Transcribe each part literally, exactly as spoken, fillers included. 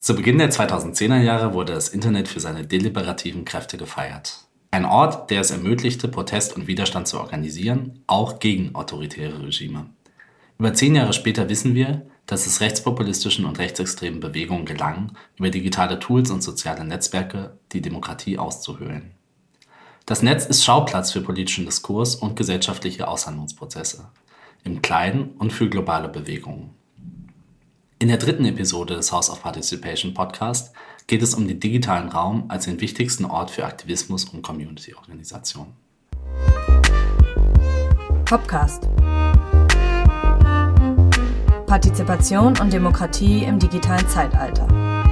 Zu Beginn der zweitausendzehner Jahre wurde das Internet für seine deliberativen Kräfte gefeiert. Ein Ort, der es ermöglichte, Protest und Widerstand zu organisieren, auch gegen autoritäre Regime. Über zehn Jahre später wissen wir, dass es rechtspopulistischen und rechtsextremen Bewegungen gelang, über digitale Tools und soziale Netzwerke die Demokratie auszuhöhlen. Das Netz ist Schauplatz für politischen Diskurs und gesellschaftliche Aushandlungsprozesse, im Kleinen und für globale Bewegungen. In der dritten Episode des House of Participation Podcast geht es um den digitalen Raum als den wichtigsten Ort für Aktivismus und Community-Organisation. Popcast. Partizipation und Demokratie im digitalen Zeitalter.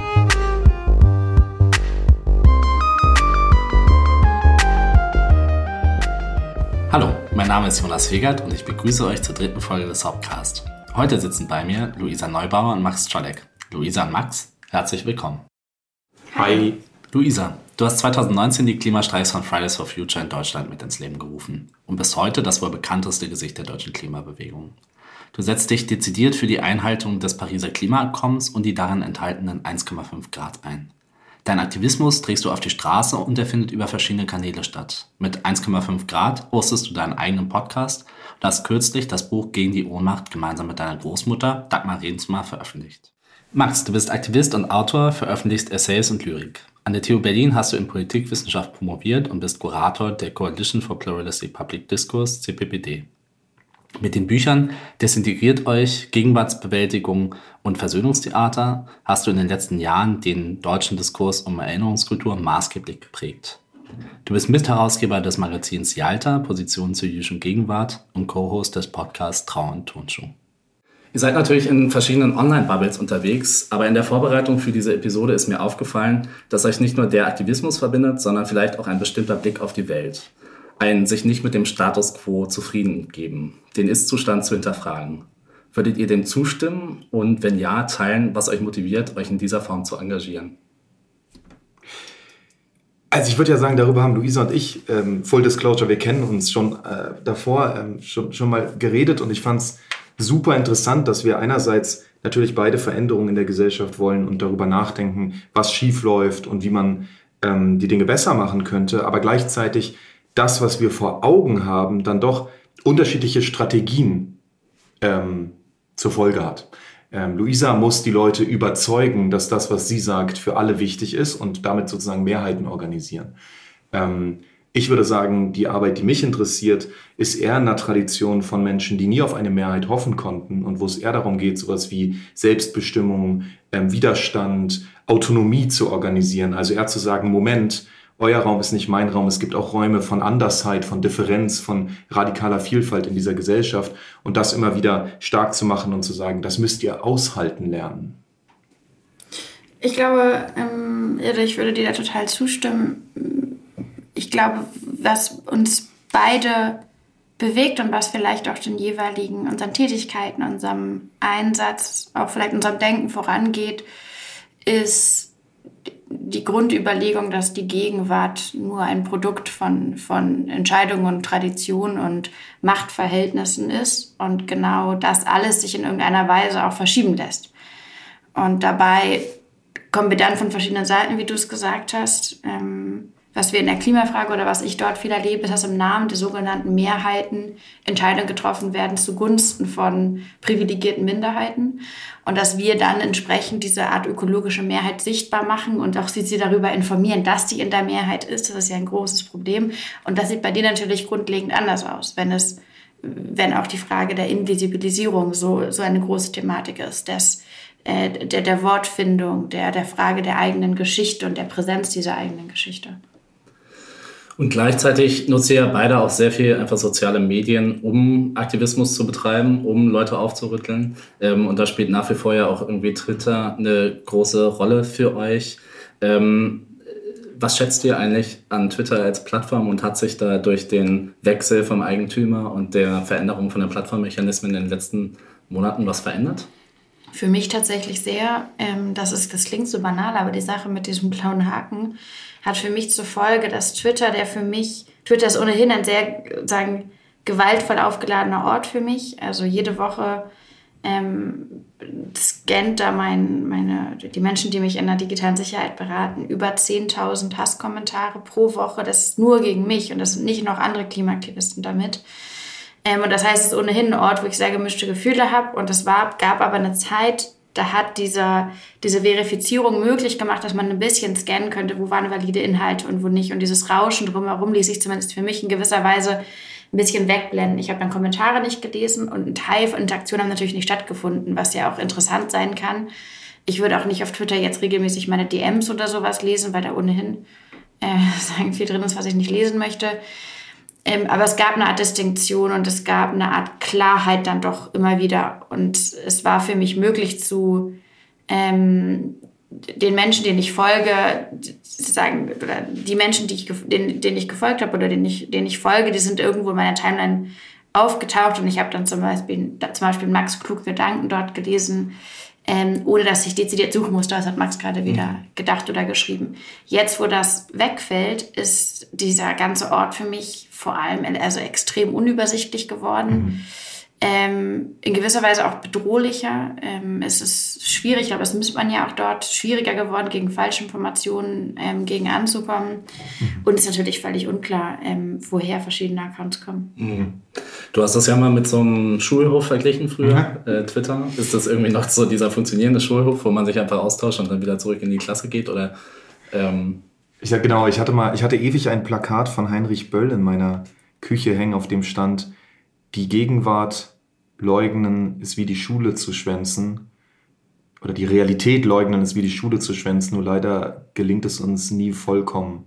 Hallo, mein Name ist Jonas Wegert und ich begrüße euch zur dritten Folge des Hopcast. Heute sitzen bei mir Luisa Neubauer und Max Czolek. Luisa und Max, herzlich willkommen. Hi. Luisa, du hast zweitausendneunzehn die Klimastreiks von Fridays for Future in Deutschland mit ins Leben gerufen und bist heute das wohl bekannteste Gesicht der deutschen Klimabewegung. Du setzt dich dezidiert für die Einhaltung des Pariser Klimaabkommens und die darin enthaltenen eins Komma fünf Grad ein. Dein Aktivismus trägst du auf die Straße und er findet über verschiedene Kanäle statt. Mit eins Komma fünf Grad hostest du deinen eigenen Podcast und hast kürzlich das Buch Gegen die Ohnmacht gemeinsam mit deiner Großmutter Dagmar Reemtsma veröffentlicht. Max, du bist Aktivist und Autor, veröffentlichst Essays und Lyrik. An der T U Berlin hast du in Politikwissenschaft promoviert und bist Kurator der Coalition for Pluralistic Public Discourse, C P P D. Mit den Büchern Desintegriert euch, Gegenwartsbewältigung und Versöhnungstheater hast du in den letzten Jahren den deutschen Diskurs um Erinnerungskultur maßgeblich geprägt. Du bist Mitherausgeber des Magazins Yalta, Positionen zur jüdischen Gegenwart und Co-Host des Podcasts Trau und Tonschuh. Ihr seid natürlich in verschiedenen Online-Bubbles unterwegs, aber in der Vorbereitung für diese Episode ist mir aufgefallen, dass euch nicht nur der Aktivismus verbindet, sondern vielleicht auch ein bestimmter Blick auf die Welt. Ein sich nicht mit dem Status quo zufrieden geben, den Ist-Zustand zu hinterfragen. Würdet ihr dem zustimmen und wenn ja, teilen, was euch motiviert, euch in dieser Form zu engagieren? Also ich würde ja sagen, darüber haben Luisa und ich, ähm, Full Disclosure, wir kennen uns schon äh, davor ähm, schon, schon mal geredet und ich fand es super interessant, dass wir einerseits natürlich beide Veränderungen in der Gesellschaft wollen und darüber nachdenken, was schief läuft und wie man ähm, die Dinge besser machen könnte, aber gleichzeitig das, was wir vor Augen haben, dann doch unterschiedliche Strategien ähm, zur Folge hat. Ähm, Luisa muss die Leute überzeugen, dass das, was sie sagt, für alle wichtig ist und damit sozusagen Mehrheiten organisieren. Ähm, ich würde sagen, die Arbeit, die mich interessiert, ist eher in einer Tradition von Menschen, die nie auf eine Mehrheit hoffen konnten und wo es eher darum geht, sowas wie Selbstbestimmung, ähm, Widerstand, Autonomie zu organisieren. Also eher zu sagen, Moment, euer Raum ist nicht mein Raum. Es gibt auch Räume von Andersheit, von Differenz, von radikaler Vielfalt in dieser Gesellschaft. Und das immer wieder stark zu machen und zu sagen, das müsst ihr aushalten lernen. Ich glaube, ähm, ich würde dir da total zustimmen. Ich glaube, was uns beide bewegt und was vielleicht auch den jeweiligen, unseren Tätigkeiten, unserem Einsatz, auch vielleicht unserem Denken vorangeht, ist die Grundüberlegung, dass die Gegenwart nur ein Produkt von, von Entscheidungen und Traditionen und Machtverhältnissen ist und genau das alles sich in irgendeiner Weise auch verschieben lässt. Und dabei kommen wir dann von verschiedenen Seiten, wie du es gesagt hast. Ähm, was wir in der Klimafrage oder was ich dort viel erlebe, ist, dass im Namen der sogenannten Mehrheiten Entscheidungen getroffen werden zugunsten von privilegierten Minderheiten und dass wir dann entsprechend diese Art ökologische Mehrheit sichtbar machen und auch sie, sie darüber informieren, dass die in der Mehrheit ist. Das ist ja ein großes Problem und das sieht bei dir natürlich grundlegend anders aus, wenn es, wenn auch die Frage der Invisibilisierung so, so eine große Thematik ist, dass äh, der, der Wortfindung, der, der Frage der eigenen Geschichte und der Präsenz dieser eigenen Geschichte. Und gleichzeitig nutzt ihr ja beide auch sehr viel einfach soziale Medien, um Aktivismus zu betreiben, um Leute aufzurütteln. Ähm, und da spielt nach wie vor ja auch irgendwie Twitter eine große Rolle für euch. Ähm, was schätzt ihr eigentlich an Twitter als Plattform und hat sich da durch den Wechsel vom Eigentümer und der Veränderung von den Plattformmechanismen in den letzten Monaten was verändert? Für mich tatsächlich sehr. Ähm, das ist, das klingt so banal, aber die Sache mit diesem blauen Haken hat für mich zur Folge, dass Twitter, der für mich, Twitter ist ohnehin ein sehr, sagen, gewaltvoll aufgeladener Ort für mich. Also jede Woche ähm, scannt da mein, meine, die Menschen, die mich in der digitalen Sicherheit beraten, über zehntausend Hasskommentare pro Woche. Das ist nur gegen mich und das sind nicht noch andere Klimaaktivisten damit. Ähm, und das heißt, es ist ohnehin ein Ort, wo ich sehr gemischte Gefühle habe. Und es war, gab aber eine Zeit, da hat diese, diese Verifizierung möglich gemacht, dass man ein bisschen scannen könnte, wo waren valide Inhalte und wo nicht. Und dieses Rauschen drumherum ließ sich zumindest für mich in gewisser Weise ein bisschen wegblenden. Ich habe dann Kommentare nicht gelesen und ein Teil von Interaktionen haben natürlich nicht stattgefunden, was ja auch interessant sein kann. Ich würde auch nicht auf Twitter jetzt regelmäßig meine D Ms oder sowas lesen, weil da ohnehin äh, sagen viel drin ist, was ich nicht lesen möchte. Ähm, aber es gab eine Art Distinktion und es gab eine Art Klarheit dann doch immer wieder. Und es war für mich möglich zu ähm, den Menschen, denen ich folge, sagen, oder die Menschen, die ich, denen, denen ich gefolgt habe oder denen ich, denen ich folge, die sind irgendwo in meiner Timeline aufgetaucht und ich habe dann zum Beispiel, zum Beispiel Max kluge Gedanken dort gelesen, ähm, ohne dass ich dezidiert suchen musste. Das hat Max gerade wieder mhm. gedacht oder geschrieben. Jetzt, wo das wegfällt, ist dieser ganze Ort für mich vor allem also extrem unübersichtlich geworden. Mhm. Ähm, in gewisser Weise auch bedrohlicher. Ähm, es ist schwierig, aber es muss man ja auch dort schwieriger geworden, gegen Falschinformationen ähm, gegen anzukommen. Mhm. Und es ist natürlich völlig unklar, ähm, woher verschiedene Accounts kommen. Mhm. Du hast das ja mal mit so einem Schulhof verglichen früher, mhm. äh, Twitter. Ist das irgendwie noch so dieser funktionierende Schulhof, wo man sich einfach austauscht und dann wieder zurück in die Klasse geht? Oder, ähm ich, ja, genau, ich hatte mal, ich hatte ewig ein Plakat von Heinrich Böll in meiner Küche hängen, auf dem stand: Die Gegenwart leugnen ist wie die Schule zu schwänzen. Oder die Realität leugnen ist wie die Schule zu schwänzen. Nur leider gelingt es uns nie vollkommen,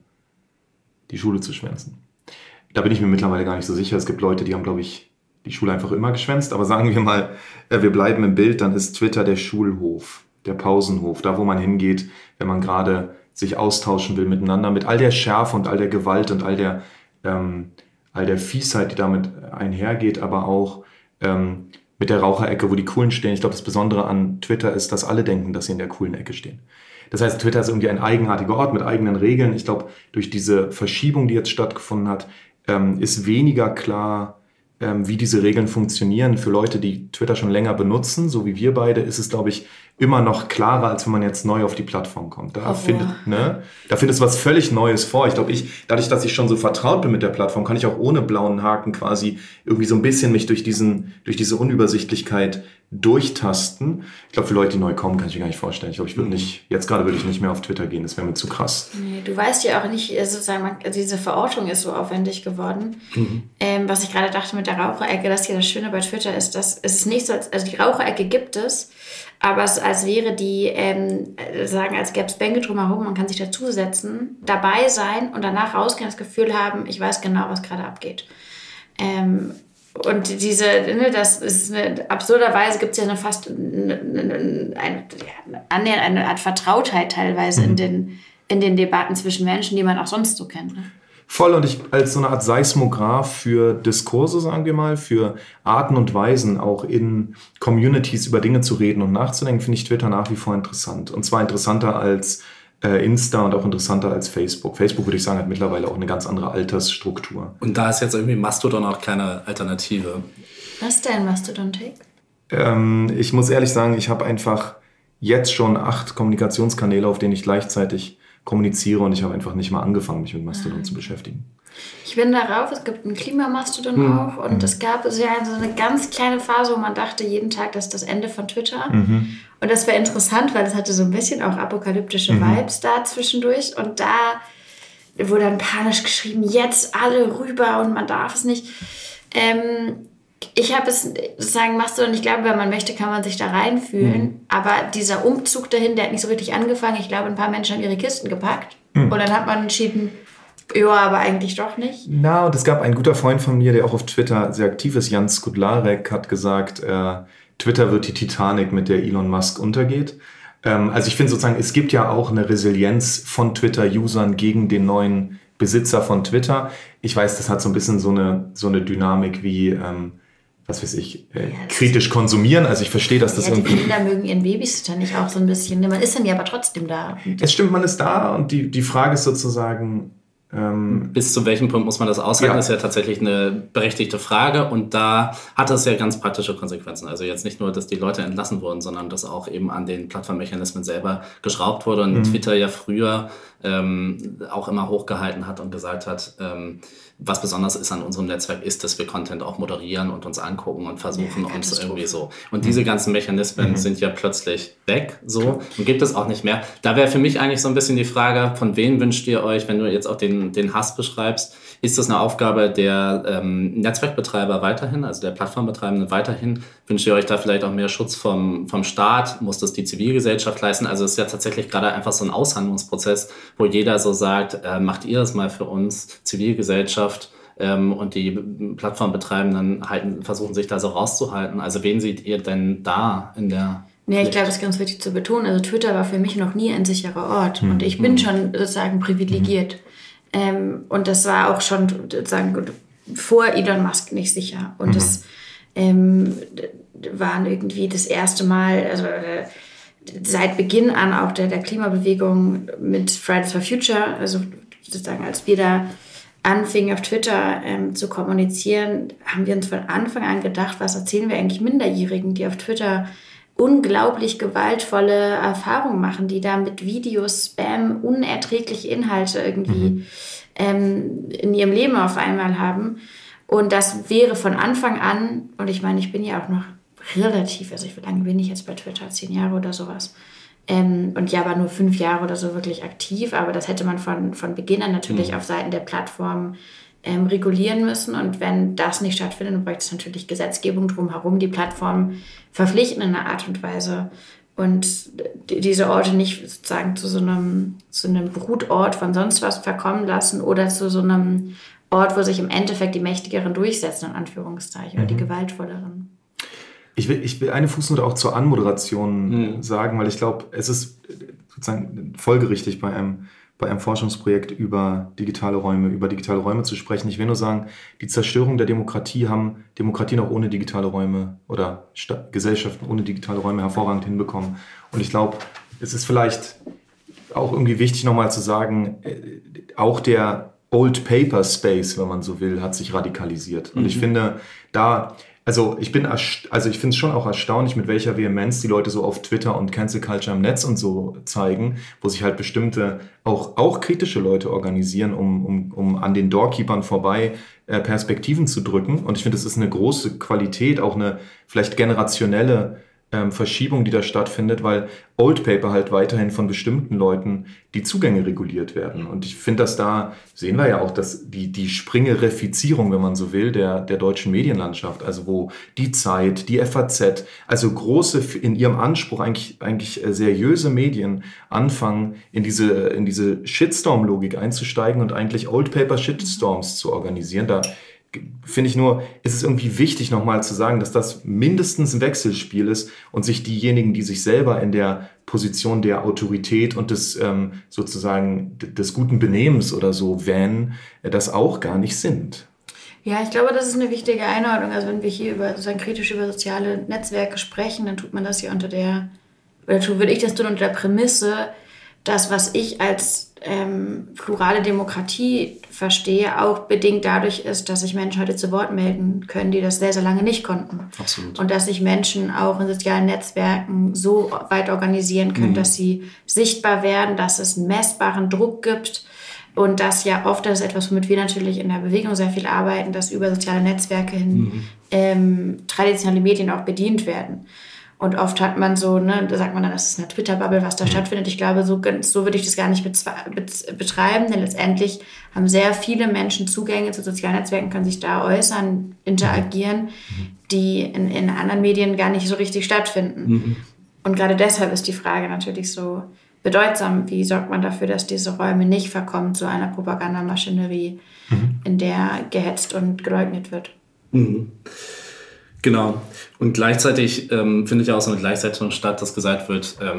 die Schule zu schwänzen. Da bin ich mir mittlerweile gar nicht so sicher. Es gibt Leute, die haben, glaube ich, die Schule einfach immer geschwänzt. Aber sagen wir mal, wir bleiben im Bild, dann ist Twitter der Schulhof, der Pausenhof. Da, wo man hingeht, wenn man gerade sich austauschen will miteinander. Mit all der Schärfe und all der Gewalt und all der, ähm, all der Fiesheit, die damit einhergeht. Aber auch Ähm, mit der Raucherecke, wo die Coolen stehen. Ich glaube, das Besondere an Twitter ist, dass alle denken, dass sie in der coolen Ecke stehen. Das heißt, Twitter ist irgendwie ein eigenartiger Ort mit eigenen Regeln. Ich glaube, durch diese Verschiebung, die jetzt stattgefunden hat, ähm, ist weniger klar, ähm, wie diese Regeln funktionieren. Für Leute, die Twitter schon länger benutzen, so wie wir beide, ist es, glaube ich, immer noch klarer, als wenn man jetzt neu auf die Plattform kommt. Da, oh, findet, ne, da findest du was völlig Neues vor. Ich glaube, ich, dadurch, dass ich schon so vertraut bin mit der Plattform, kann ich auch ohne blauen Haken quasi irgendwie so ein bisschen mich durch diesen, durch diese Unübersichtlichkeit durchtasten. Ich glaube, für Leute, die neu kommen, kann ich mir gar nicht vorstellen. Ich glaube, ich würde nicht, jetzt gerade würde ich nicht mehr auf Twitter gehen. Das wäre mir zu krass. Nee, du weißt ja auch nicht, sozusagen, also diese Verortung ist so aufwendig geworden. Mhm. Ähm, was ich gerade dachte mit der Raucherecke, dass hier das Schöne bei Twitter ist, dass es ist nicht so, also die Raucherecke gibt es, aber es als wäre die, ähm, sagen, als gäbe es Bänke drumherum, man kann sich dazusetzen, dabei sein und danach rausgehen, das Gefühl haben, ich weiß genau, was gerade abgeht. Ähm, und diese, ne, das ist eine, absurderweise gibt es ja eine fast eine, eine, eine, eine, eine Art Vertrautheit teilweise mhm. in, den, in den Debatten zwischen Menschen, die man auch sonst so kennt. Ne? Voll, und ich als so eine Art Seismograph für Diskurse, sagen wir mal, für Arten und Weisen, auch in Communities über Dinge zu reden und nachzudenken, finde ich Twitter nach wie vor interessant. Und zwar interessanter als äh, Insta und auch interessanter als Facebook. Facebook, würde ich sagen, hat mittlerweile auch eine ganz andere Altersstruktur. Und da ist jetzt irgendwie Mastodon auch keine Alternative. Was ist dein Mastodon-Take? Ähm, ich muss ehrlich sagen, ich habe einfach jetzt schon acht Kommunikationskanäle, auf denen ich gleichzeitig kommuniziere, und ich habe einfach nicht mal angefangen, mich mit Mastodon Nein. zu beschäftigen. Ich bin darauf, es gibt einen Klimamastodon mhm. auch, und es gab so eine ganz kleine Phase, wo man dachte jeden Tag, das ist das Ende von Twitter. Mhm. Und das wäre interessant, weil es hatte so ein bisschen auch apokalyptische mhm. Vibes da zwischendurch, und da wurde dann panisch geschrieben, jetzt alle rüber und man darf es nicht. Ähm, Ich habe es sozusagen Mastodon, ich glaube, wenn man möchte, kann man sich da reinfühlen. Mhm. Aber dieser Umzug dahin, der hat nicht so richtig angefangen. Ich glaube, ein paar Menschen haben ihre Kisten gepackt. Mhm. Und dann hat man entschieden, ja, aber eigentlich doch nicht. Na, und es gab einen guter Freund von mir, der auch auf Twitter sehr aktiv ist, Jan Skudlarek, hat gesagt, äh, Twitter wird die Titanic, mit der Elon Musk untergeht. Ähm, also ich finde sozusagen, es gibt ja auch eine Resilienz von Twitter-Usern gegen den neuen Besitzer von Twitter. Ich weiß, das hat so ein bisschen so eine, so eine Dynamik wie... Ähm, was weiß ich, äh, ja, kritisch konsumieren. Also ich verstehe, dass das ja, irgendwie... Die Kinder mögen ihren Babysitter nicht auch so ein bisschen. Man ist dann ja aber trotzdem da. Es stimmt, man ist da, und die, die Frage ist sozusagen, Ähm, Bis zu welchem Punkt muss man das aushalten, ja. ist ja tatsächlich eine berechtigte Frage. Und da hat es ja ganz praktische Konsequenzen. Also jetzt nicht nur, dass die Leute entlassen wurden, sondern dass auch eben an den Plattformmechanismen selber geschraubt wurde. Und mhm. Twitter ja früher ähm, auch immer hochgehalten hat und gesagt hat, ähm, was besonders ist an unserem Netzwerk, ist, dass wir Content auch moderieren und uns angucken und versuchen, ja, uns irgendwie so. Und mhm. diese ganzen Mechanismen mhm. sind ja plötzlich weg, so, und gibt es auch nicht mehr. Da wäre für mich eigentlich so ein bisschen die Frage, von wem wünscht ihr euch, wenn du jetzt auch den, den Hass beschreibst, ist das eine Aufgabe der ähm, Netzwerkbetreiber weiterhin, also der Plattformbetreibenden weiterhin? Wünscht ihr euch da vielleicht auch mehr Schutz vom, vom Staat? Muss das die Zivilgesellschaft leisten? Also es ist ja tatsächlich gerade einfach so ein Aushandlungsprozess, wo jeder so sagt, äh, macht ihr das mal für uns, Zivilgesellschaft, ähm, und die Plattformbetreibenden halten, versuchen sich da so rauszuhalten. Also wen seht ihr denn da in der... Nee, ich glaube, das ist ganz wichtig zu betonen. Also Twitter war für mich noch nie ein sicherer Ort. Hm. Und ich bin hm. schon sozusagen privilegiert. Hm. Ähm, und das war auch schon sozusagen vor Elon Musk nicht sicher. Und mhm. das ähm, waren irgendwie das erste Mal, also äh, seit Beginn an auch der, der Klimabewegung mit Fridays for Future, also sozusagen als wir da anfingen auf Twitter ähm, zu kommunizieren, haben wir uns von Anfang an gedacht, was erzählen wir eigentlich Minderjährigen, die auf Twitter unglaublich gewaltvolle Erfahrungen machen, die da mit Videos, Spam, unerträgliche Inhalte irgendwie mhm. ähm, in ihrem Leben auf einmal haben. Und das wäre von Anfang an, und ich meine, ich bin ja auch noch relativ, also wie lange bin ich jetzt bei Twitter? Zehn Jahre oder sowas. Ähm, und ja, aber nur fünf Jahre oder so wirklich aktiv. Aber das hätte man von, von Beginn an natürlich mhm. auf Seiten der Plattform ähm, regulieren müssen. Und wenn das nicht stattfindet, dann bräuchte es natürlich Gesetzgebung drumherum, die Plattform verpflichten in einer Art und Weise. Und die, diese Orte nicht sozusagen zu so einem, zu einem Brutort von sonst was verkommen lassen oder zu so einem Ort, wo sich im Endeffekt die Mächtigeren durchsetzen, in Anführungszeichen, mhm. oder die Gewaltvolleren. Ich will, ich will eine Fußnote auch zur Anmoderation mhm. sagen, weil ich glaube, es ist sozusagen folgerichtig bei einem, bei einem Forschungsprojekt über digitale Räume, über digitale Räume zu sprechen. Ich will nur sagen, die Zerstörung der Demokratie haben Demokratien auch ohne digitale Räume oder Sta- Gesellschaften ohne digitale Räume hervorragend hinbekommen. Und ich glaube, es ist vielleicht auch irgendwie wichtig nochmal zu sagen, äh, auch der Old Paper Space, wenn man so will, hat sich radikalisiert. Und mhm. ich finde, da... Also ich bin, also ich finde es schon auch erstaunlich, mit welcher Vehemenz die Leute so auf Twitter und Cancel Culture im Netz und so zeigen, wo sich halt bestimmte, auch, auch kritische Leute organisieren, um, um, um an den Doorkeepern vorbei äh, Perspektiven zu drücken. Und ich finde, das ist eine große Qualität, auch eine vielleicht generationelle ähm, Verschiebung, die da stattfindet, weil Old Paper halt weiterhin von bestimmten Leuten die Zugänge reguliert werden. Und ich finde, dass da, sehen wir ja auch, dass die, die Springerifizierung, wenn man so will, der, der deutschen Medienlandschaft, also wo die Zeit, die F A Z, also große, in ihrem Anspruch eigentlich, eigentlich seriöse Medien anfangen, in diese, in diese Shitstorm-Logik einzusteigen und eigentlich Old Paper Shitstorms zu organisieren. Da finde ich nur, es ist irgendwie wichtig nochmal zu sagen, dass das mindestens ein Wechselspiel ist und sich diejenigen, die sich selber in der Position der Autorität und des ähm, sozusagen des guten Benehmens oder so wähnen, das auch gar nicht sind. Ja, ich glaube, das ist eine wichtige Einordnung. Also wenn wir hier über sozusagen kritisch über soziale Netzwerke sprechen, dann tut man das ja unter der, oder würde ich das tun unter der Prämisse, das, was ich als ähm, plurale Demokratie verstehe, auch bedingt dadurch ist, dass sich Menschen heute zu Wort melden können, die das sehr, sehr lange nicht konnten. Absolut. Und dass sich Menschen auch in sozialen Netzwerken so weit organisieren können, mhm. dass sie sichtbar werden, dass es einen messbaren Druck gibt und dass ja oft, das ist etwas, womit wir natürlich in der Bewegung sehr viel arbeiten, dass über soziale Netzwerke hin mhm. ähm, traditionelle Medien auch bedient werden. Und oft hat man so, ne, da sagt man dann, das ist eine Twitter-Bubble, was da mhm. stattfindet. Ich glaube, so, so würde ich das gar nicht betreiben, denn letztendlich haben sehr viele Menschen Zugänge zu sozialen Netzwerken, können sich da äußern, interagieren, mhm. die in, in anderen Medien gar nicht so richtig stattfinden. Mhm. Und gerade deshalb ist die Frage natürlich so bedeutsam, wie sorgt man dafür, dass diese Räume nicht verkommen zu einer Propagandamaschinerie, mhm. in der gehetzt und geleugnet wird. Mhm. Genau. Und gleichzeitig ähm, findet ja auch so eine Gleichsetzung statt, dass gesagt wird, ähm,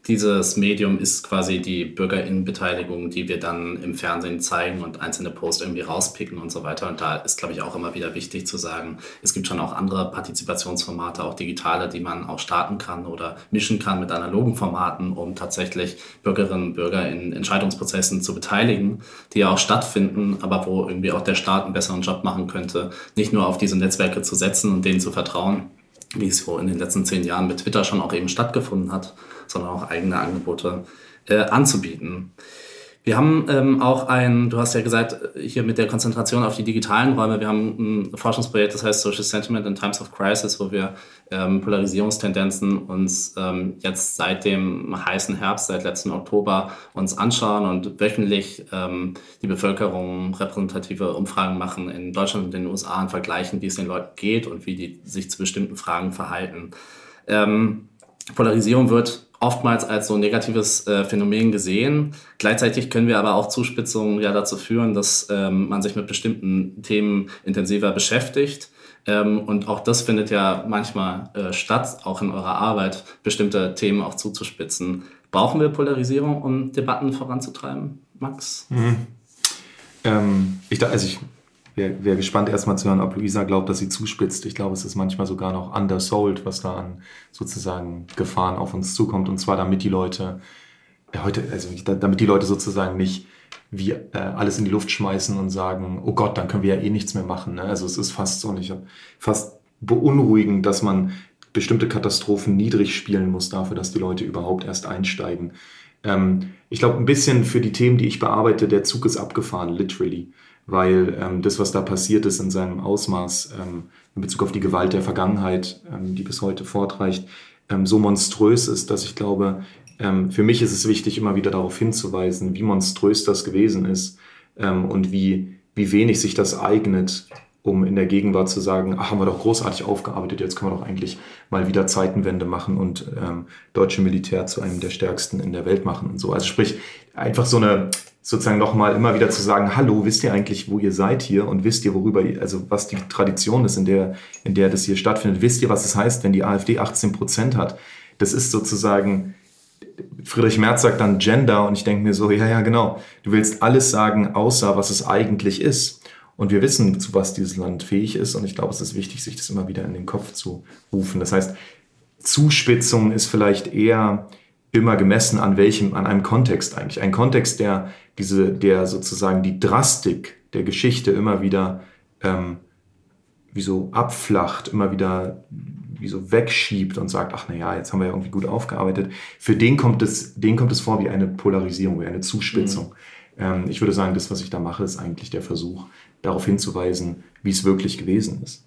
dieses Medium ist quasi die BürgerInnenbeteiligung, die wir dann im Fernsehen zeigen und einzelne Posts irgendwie rauspicken und so weiter. Und da ist, glaube ich, auch immer wieder wichtig zu sagen, es gibt schon auch andere Partizipationsformate, auch digitale, die man auch starten kann oder mischen kann mit analogen Formaten, um tatsächlich Bürgerinnen und Bürger in Entscheidungsprozessen zu beteiligen, die ja auch stattfinden, aber wo irgendwie auch der Staat einen besseren Job machen könnte, nicht nur auf diese Netzwerke zu setzen und denen zu vertrauen, wie es so in den letzten zehn Jahren mit Twitter schon auch eben stattgefunden hat, sondern auch eigene Angebote äh, anzubieten. Wir haben ähm, auch ein, du hast ja gesagt, hier mit der Konzentration auf die digitalen Räume, wir haben ein Forschungsprojekt, das heißt Social Sentiment in Times of Crisis, wo wir ähm, Polarisierungstendenzen uns ähm, jetzt seit dem heißen Herbst, seit letzten Oktober uns anschauen und wöchentlich ähm, die Bevölkerung repräsentative Umfragen machen in Deutschland und den U S A und vergleichen, wie es den Leuten geht und wie die sich zu bestimmten Fragen verhalten. Ähm, Polarisierung wird oftmals als so negatives äh, Phänomen gesehen. Gleichzeitig können wir aber auch Zuspitzungen ja dazu führen, dass ähm, man sich mit bestimmten Themen intensiver beschäftigt. Ähm, und auch das findet ja manchmal äh, statt, auch in eurer Arbeit, bestimmte Themen auch zuzuspitzen. Brauchen wir Polarisierung, um Debatten voranzutreiben, Max? Mhm. Ähm, ich, also ich wäre wär gespannt, erstmal zu hören, ob Luisa glaubt, dass sie zuspitzt. Ich glaube, es ist manchmal sogar noch undersold, was da an sozusagen Gefahren auf uns zukommt. Und zwar, damit die Leute, ja, heute, also damit die Leute sozusagen nicht wie äh, alles in die Luft schmeißen und sagen, oh Gott, dann können wir ja eh nichts mehr machen. Ne? Also es ist fast so, und ich habe fast beunruhigend, dass man bestimmte Katastrophen niedrig spielen muss dafür, dass die Leute überhaupt erst einsteigen. Ähm, ich glaube, ein bisschen für die Themen, die ich bearbeite, der Zug ist abgefahren, literally. Weil ähm, das, was da passiert ist in seinem Ausmaß ähm, in Bezug auf die Gewalt der Vergangenheit, ähm, die bis heute fortreicht, ähm, so monströs ist, dass ich glaube, ähm, für mich ist es wichtig, immer wieder darauf hinzuweisen, wie monströs das gewesen ist ähm, und wie, wie wenig sich das eignet, um in der Gegenwart zu sagen, ach, haben wir doch großartig aufgearbeitet, jetzt können wir doch eigentlich mal wieder Zeitenwende machen und ähm, deutsche Militär zu einem der stärksten in der Welt machen und so. Also sprich, einfach so eine, sozusagen nochmal immer wieder zu sagen, hallo, wisst ihr eigentlich, wo ihr seid hier und wisst ihr, worüber, ihr, also was die Tradition ist, in der, in der das hier stattfindet, wisst ihr, was es heißt, wenn die AfD achtzehn Prozent hat? Das ist sozusagen, Friedrich Merz sagt dann Gender und ich denke mir so, ja, ja, genau, du willst alles sagen, außer was es eigentlich ist. Und wir wissen, zu was dieses Land fähig ist und ich glaube, es ist wichtig, sich das immer wieder in den Kopf zu rufen. Das heißt, Zuspitzung ist vielleicht eher immer gemessen an welchem, an einem Kontext eigentlich. Ein Kontext, der diese, der sozusagen die Drastik der Geschichte immer wieder ähm, wie so abflacht, immer wieder wie so wegschiebt und sagt, ach naja, jetzt haben wir ja irgendwie gut aufgearbeitet. Für den kommt es, den kommt es vor wie eine Polarisierung, wie eine Zuspitzung. Mhm. Ähm, ich würde sagen, das, was ich da mache, ist eigentlich der Versuch, darauf hinzuweisen, wie es wirklich gewesen ist.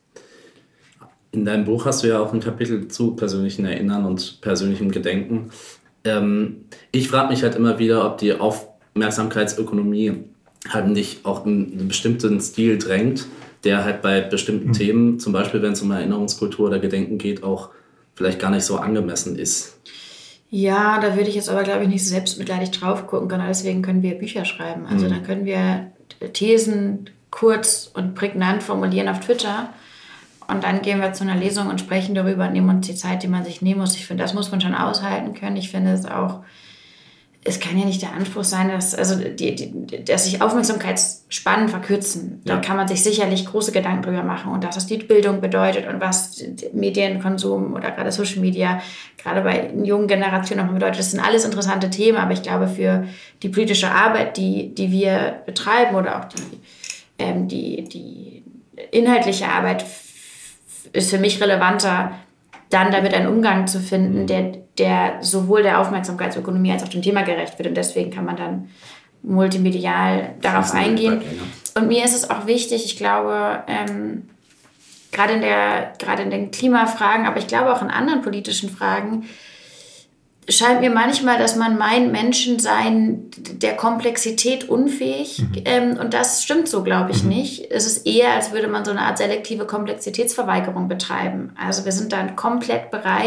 In deinem Buch hast du ja auch ein Kapitel zu persönlichen Erinnern und persönlichem Gedenken. Ähm, ich frage mich halt immer wieder, ob die Aufmerksamkeitsökonomie halt nicht auch in einen bestimmten Stil drängt, der halt bei bestimmten mhm. Themen, zum Beispiel wenn es um Erinnerungskultur oder Gedenken geht, auch vielleicht gar nicht so angemessen ist. Ja, da würde ich jetzt aber, glaube ich, nicht so selbstmitleidig drauf gucken, sondern deswegen können wir Bücher schreiben. Also mhm. dann können wir Thesen kurz und prägnant formulieren auf Twitter und dann gehen wir zu einer Lesung und sprechen darüber und nehmen uns die Zeit, die man sich nehmen muss. Ich finde, das muss man schon aushalten können. Ich finde es auch, es kann ja nicht der Anspruch sein, dass, also die, die, dass sich Aufmerksamkeitsspannen verkürzen. Ja. Da kann man sich sicherlich große Gedanken drüber machen und dass das die Bildung bedeutet und was Medienkonsum oder gerade Social Media gerade bei jungen Generationen nochmal bedeutet. Das sind alles interessante Themen, aber ich glaube, für die politische Arbeit, die, die wir betreiben oder auch die Ähm, die, die inhaltliche Arbeit f- ist für mich relevanter, dann damit einen Umgang zu finden, der, der sowohl der Aufmerksamkeitsökonomie als auch dem Thema gerecht wird. Und deswegen kann man dann multimedial darauf eingehen. Und mir ist es auch wichtig, ich glaube, ähm, gerade in der, gerade in den Klimafragen, aber ich glaube auch in anderen politischen Fragen, scheint mir manchmal, dass man meint, Menschen seien der Komplexität unfähig. Mhm. Ähm, und das stimmt so, glaube ich, mhm. nicht. Es ist eher, als würde man so eine Art selektive Komplexitätsverweigerung betreiben. Also wir sind dann komplett bereit,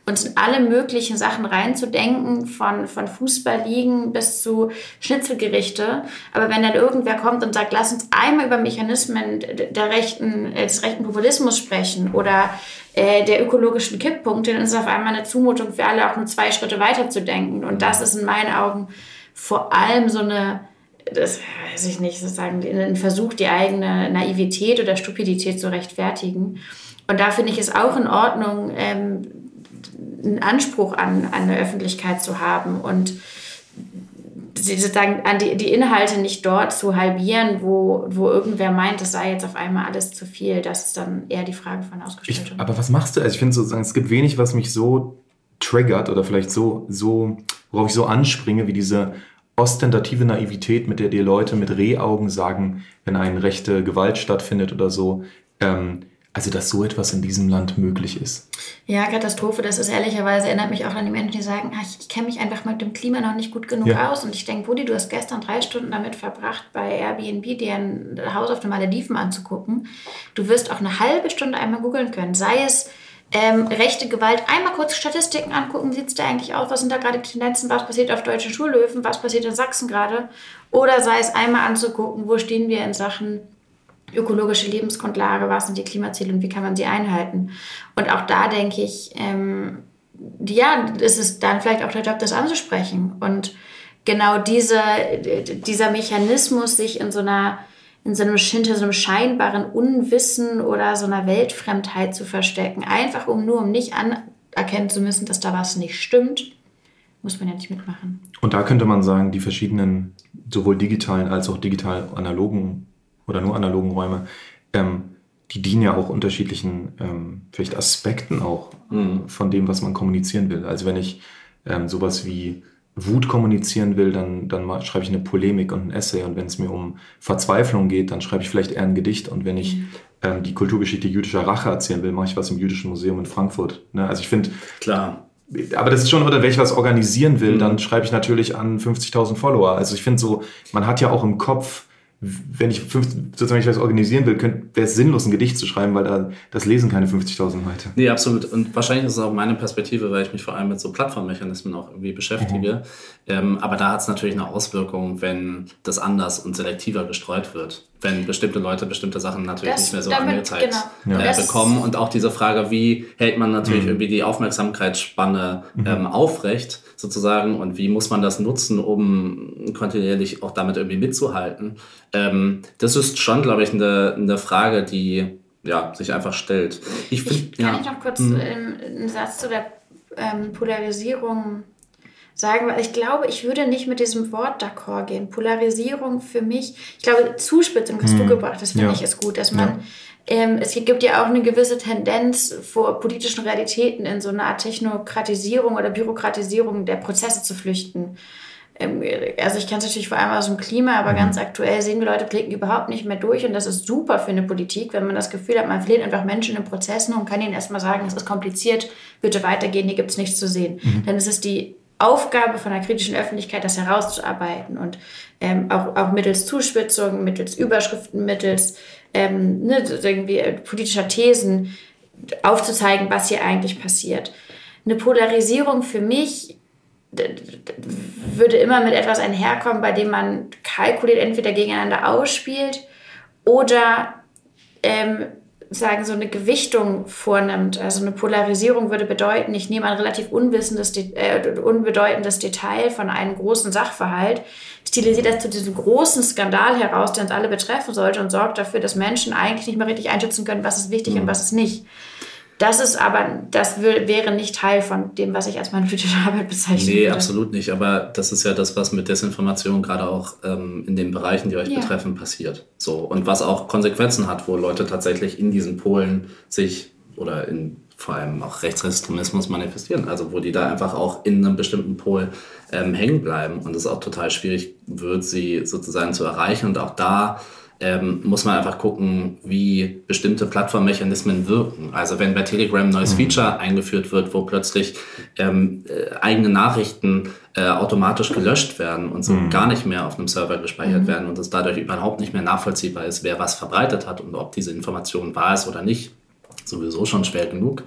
uns in alle möglichen Sachen reinzudenken, von, von Fußballligen bis zu Schnitzelgerichte. Aber wenn dann irgendwer kommt und sagt, lass uns einmal über Mechanismen der rechten, des rechten Populismus sprechen oder äh, der ökologischen Kipppunkte, dann ist es auf einmal eine Zumutung für alle, auch nur zwei Schritte weiter zu denken. Und das ist in meinen Augen vor allem so eine, das weiß ich nicht, sozusagen ein Versuch, die eigene Naivität oder Stupidität zu rechtfertigen. Und da finde ich es auch in Ordnung, ähm, einen Anspruch an, an eine Öffentlichkeit zu haben und sozusagen an die, die Inhalte nicht dort zu halbieren, wo, wo irgendwer meint, es sei jetzt auf einmal alles zu viel. Das ist dann eher die Frage von Ausgestaltung. Ich, aber was machst du? Also ich finde sozusagen, es gibt wenig, was mich so triggert oder vielleicht so, so, worauf ich so anspringe, wie diese ostentative Naivität, mit der dir Leute mit Rehaugen sagen, wenn eine rechte Gewalt stattfindet oder so, ähm, also dass so etwas in diesem Land möglich ist. Ja, Katastrophe, das ist ehrlicherweise, erinnert mich auch an die Menschen, die sagen, ach, ich kenne mich einfach mit dem Klima noch nicht gut genug ja. aus. Und ich denke, Buddy, du hast gestern drei Stunden damit verbracht, bei Airbnb dir ein Haus auf den Malediven anzugucken. Du wirst auch eine halbe Stunde einmal googeln können, sei es ähm, rechte Gewalt, einmal kurz Statistiken angucken, wie sieht es da eigentlich aus, was sind da gerade die Tendenzen, was passiert auf deutschen Schulhöfen, was passiert in Sachsen gerade. Oder sei es einmal anzugucken, wo stehen wir in Sachen ökologische Lebensgrundlage, was sind die Klimaziele und wie kann man sie einhalten. Und auch da denke ich, ähm, ja, ist es dann vielleicht auch der Job, das anzusprechen. Und genau diese, dieser Mechanismus, sich in so einer, in so einem, hinter so einem scheinbaren Unwissen oder so einer Weltfremdheit zu verstecken, einfach um nur um nicht anerkennen zu müssen, dass da was nicht stimmt, muss man ja nicht mitmachen. Und da könnte man sagen, die verschiedenen, sowohl digitalen als auch digital analogen oder nur analogen Räume, ähm, die dienen ja auch unterschiedlichen ähm, vielleicht Aspekten auch mhm. von dem, was man kommunizieren will. Also wenn ich ähm, sowas wie Wut kommunizieren will, dann, dann schreibe ich eine Polemik und ein Essay. Und wenn es mir um Verzweiflung geht, dann schreibe ich vielleicht eher ein Gedicht. Und wenn ich mhm. ähm, die Kulturgeschichte jüdischer Rache erzählen will, mache ich was im Jüdischen Museum in Frankfurt. Ne? Also ich finde... Klar. Aber das ist schon, oder wenn ich was organisieren will, mhm. dann schreibe ich natürlich an fünfzigtausend Follower. Also ich finde so, man hat ja auch im Kopf, wenn ich fünf, sozusagen ich was organisieren will, wäre es sinnlos, ein Gedicht zu schreiben, weil da, das lesen keine fünfzigtausend Leute. Nee, absolut. Und wahrscheinlich ist es auch meine Perspektive, weil ich mich vor allem mit so Plattformmechanismen auch irgendwie beschäftige. Mhm. Ähm, aber da hat es natürlich eine Auswirkung, wenn das anders und selektiver gestreut wird. Wenn bestimmte Leute bestimmte Sachen natürlich das, nicht mehr so damit, angezeigt genau. äh, bekommen. Und auch diese Frage, wie hält man natürlich mhm. irgendwie die Aufmerksamkeitsspanne mhm. ähm, aufrecht, sozusagen, und wie muss man das nutzen, um kontinuierlich auch damit irgendwie mitzuhalten. Ähm, das ist schon, glaube ich, eine, eine Frage, die ja, sich einfach stellt. Ich, find, ich kann ja. ich noch kurz mhm. ähm, einen Satz zu der ähm, Polarisierung sagen, weil ich glaube, ich würde nicht mit diesem Wort d'accord gehen. Polarisierung für mich, ich glaube, Zuspitzung hast mhm. du gebracht, das finde ja. ich ist gut, dass man, ja. ähm, es gibt ja auch eine gewisse Tendenz vor politischen Realitäten in so eine Art Technokratisierung oder Bürokratisierung der Prozesse zu flüchten. Ähm, also ich kenne es natürlich vor allem aus dem Klima, aber mhm. ganz aktuell sehen wir, Leute blicken überhaupt nicht mehr durch und das ist super für eine Politik, wenn man das Gefühl hat, man verliert einfach Menschen in Prozessen und kann ihnen erstmal sagen, es ist kompliziert, bitte weitergehen, hier gibt es nichts zu sehen. Mhm. Dann ist es die Aufgabe von der kritischen Öffentlichkeit, das herauszuarbeiten und ähm, auch, auch mittels Zuspitzung, mittels Überschriften, mittels ähm, ne, irgendwie politischer Thesen aufzuzeigen, was hier eigentlich passiert. Eine Polarisierung für mich d- d- würde immer mit etwas einherkommen, bei dem man kalkuliert, entweder gegeneinander ausspielt oder ähm, sagen, so eine Gewichtung vornimmt. Also eine Polarisierung würde bedeuten, ich nehme ein relativ unwissendes, äh, unbedeutendes Detail von einem großen Sachverhalt, stilisiert das zu diesem großen Skandal heraus, der uns alle betreffen sollte und sorgt dafür, dass Menschen eigentlich nicht mehr richtig einschätzen können, was ist wichtig mhm. und was ist nicht. Das ist aber, das w- wäre nicht Teil von dem, was ich als meine politische Arbeit bezeichne. Nee, würde. absolut nicht. Aber das ist ja das, was mit Desinformation gerade auch ähm, in den Bereichen, die euch ja. betreffen, passiert. So. Und was auch Konsequenzen hat, wo Leute tatsächlich in diesen Polen sich oder in vor allem auch Rechtsextremismus manifestieren. Also wo die da einfach auch in einem bestimmten Pol ähm, hängen bleiben. Und es auch total schwierig wird, sie sozusagen zu erreichen. Und auch da Ähm, muss man einfach gucken, wie bestimmte Plattformmechanismen wirken. Also wenn bei Telegram ein neues Feature eingeführt wird, wo plötzlich ähm, äh, eigene Nachrichten äh, automatisch gelöscht werden und so mhm. gar nicht mehr auf einem Server gespeichert mhm. werden und es dadurch überhaupt nicht mehr nachvollziehbar ist, wer was verbreitet hat und ob diese Information wahr ist oder nicht, sowieso schon schwer genug.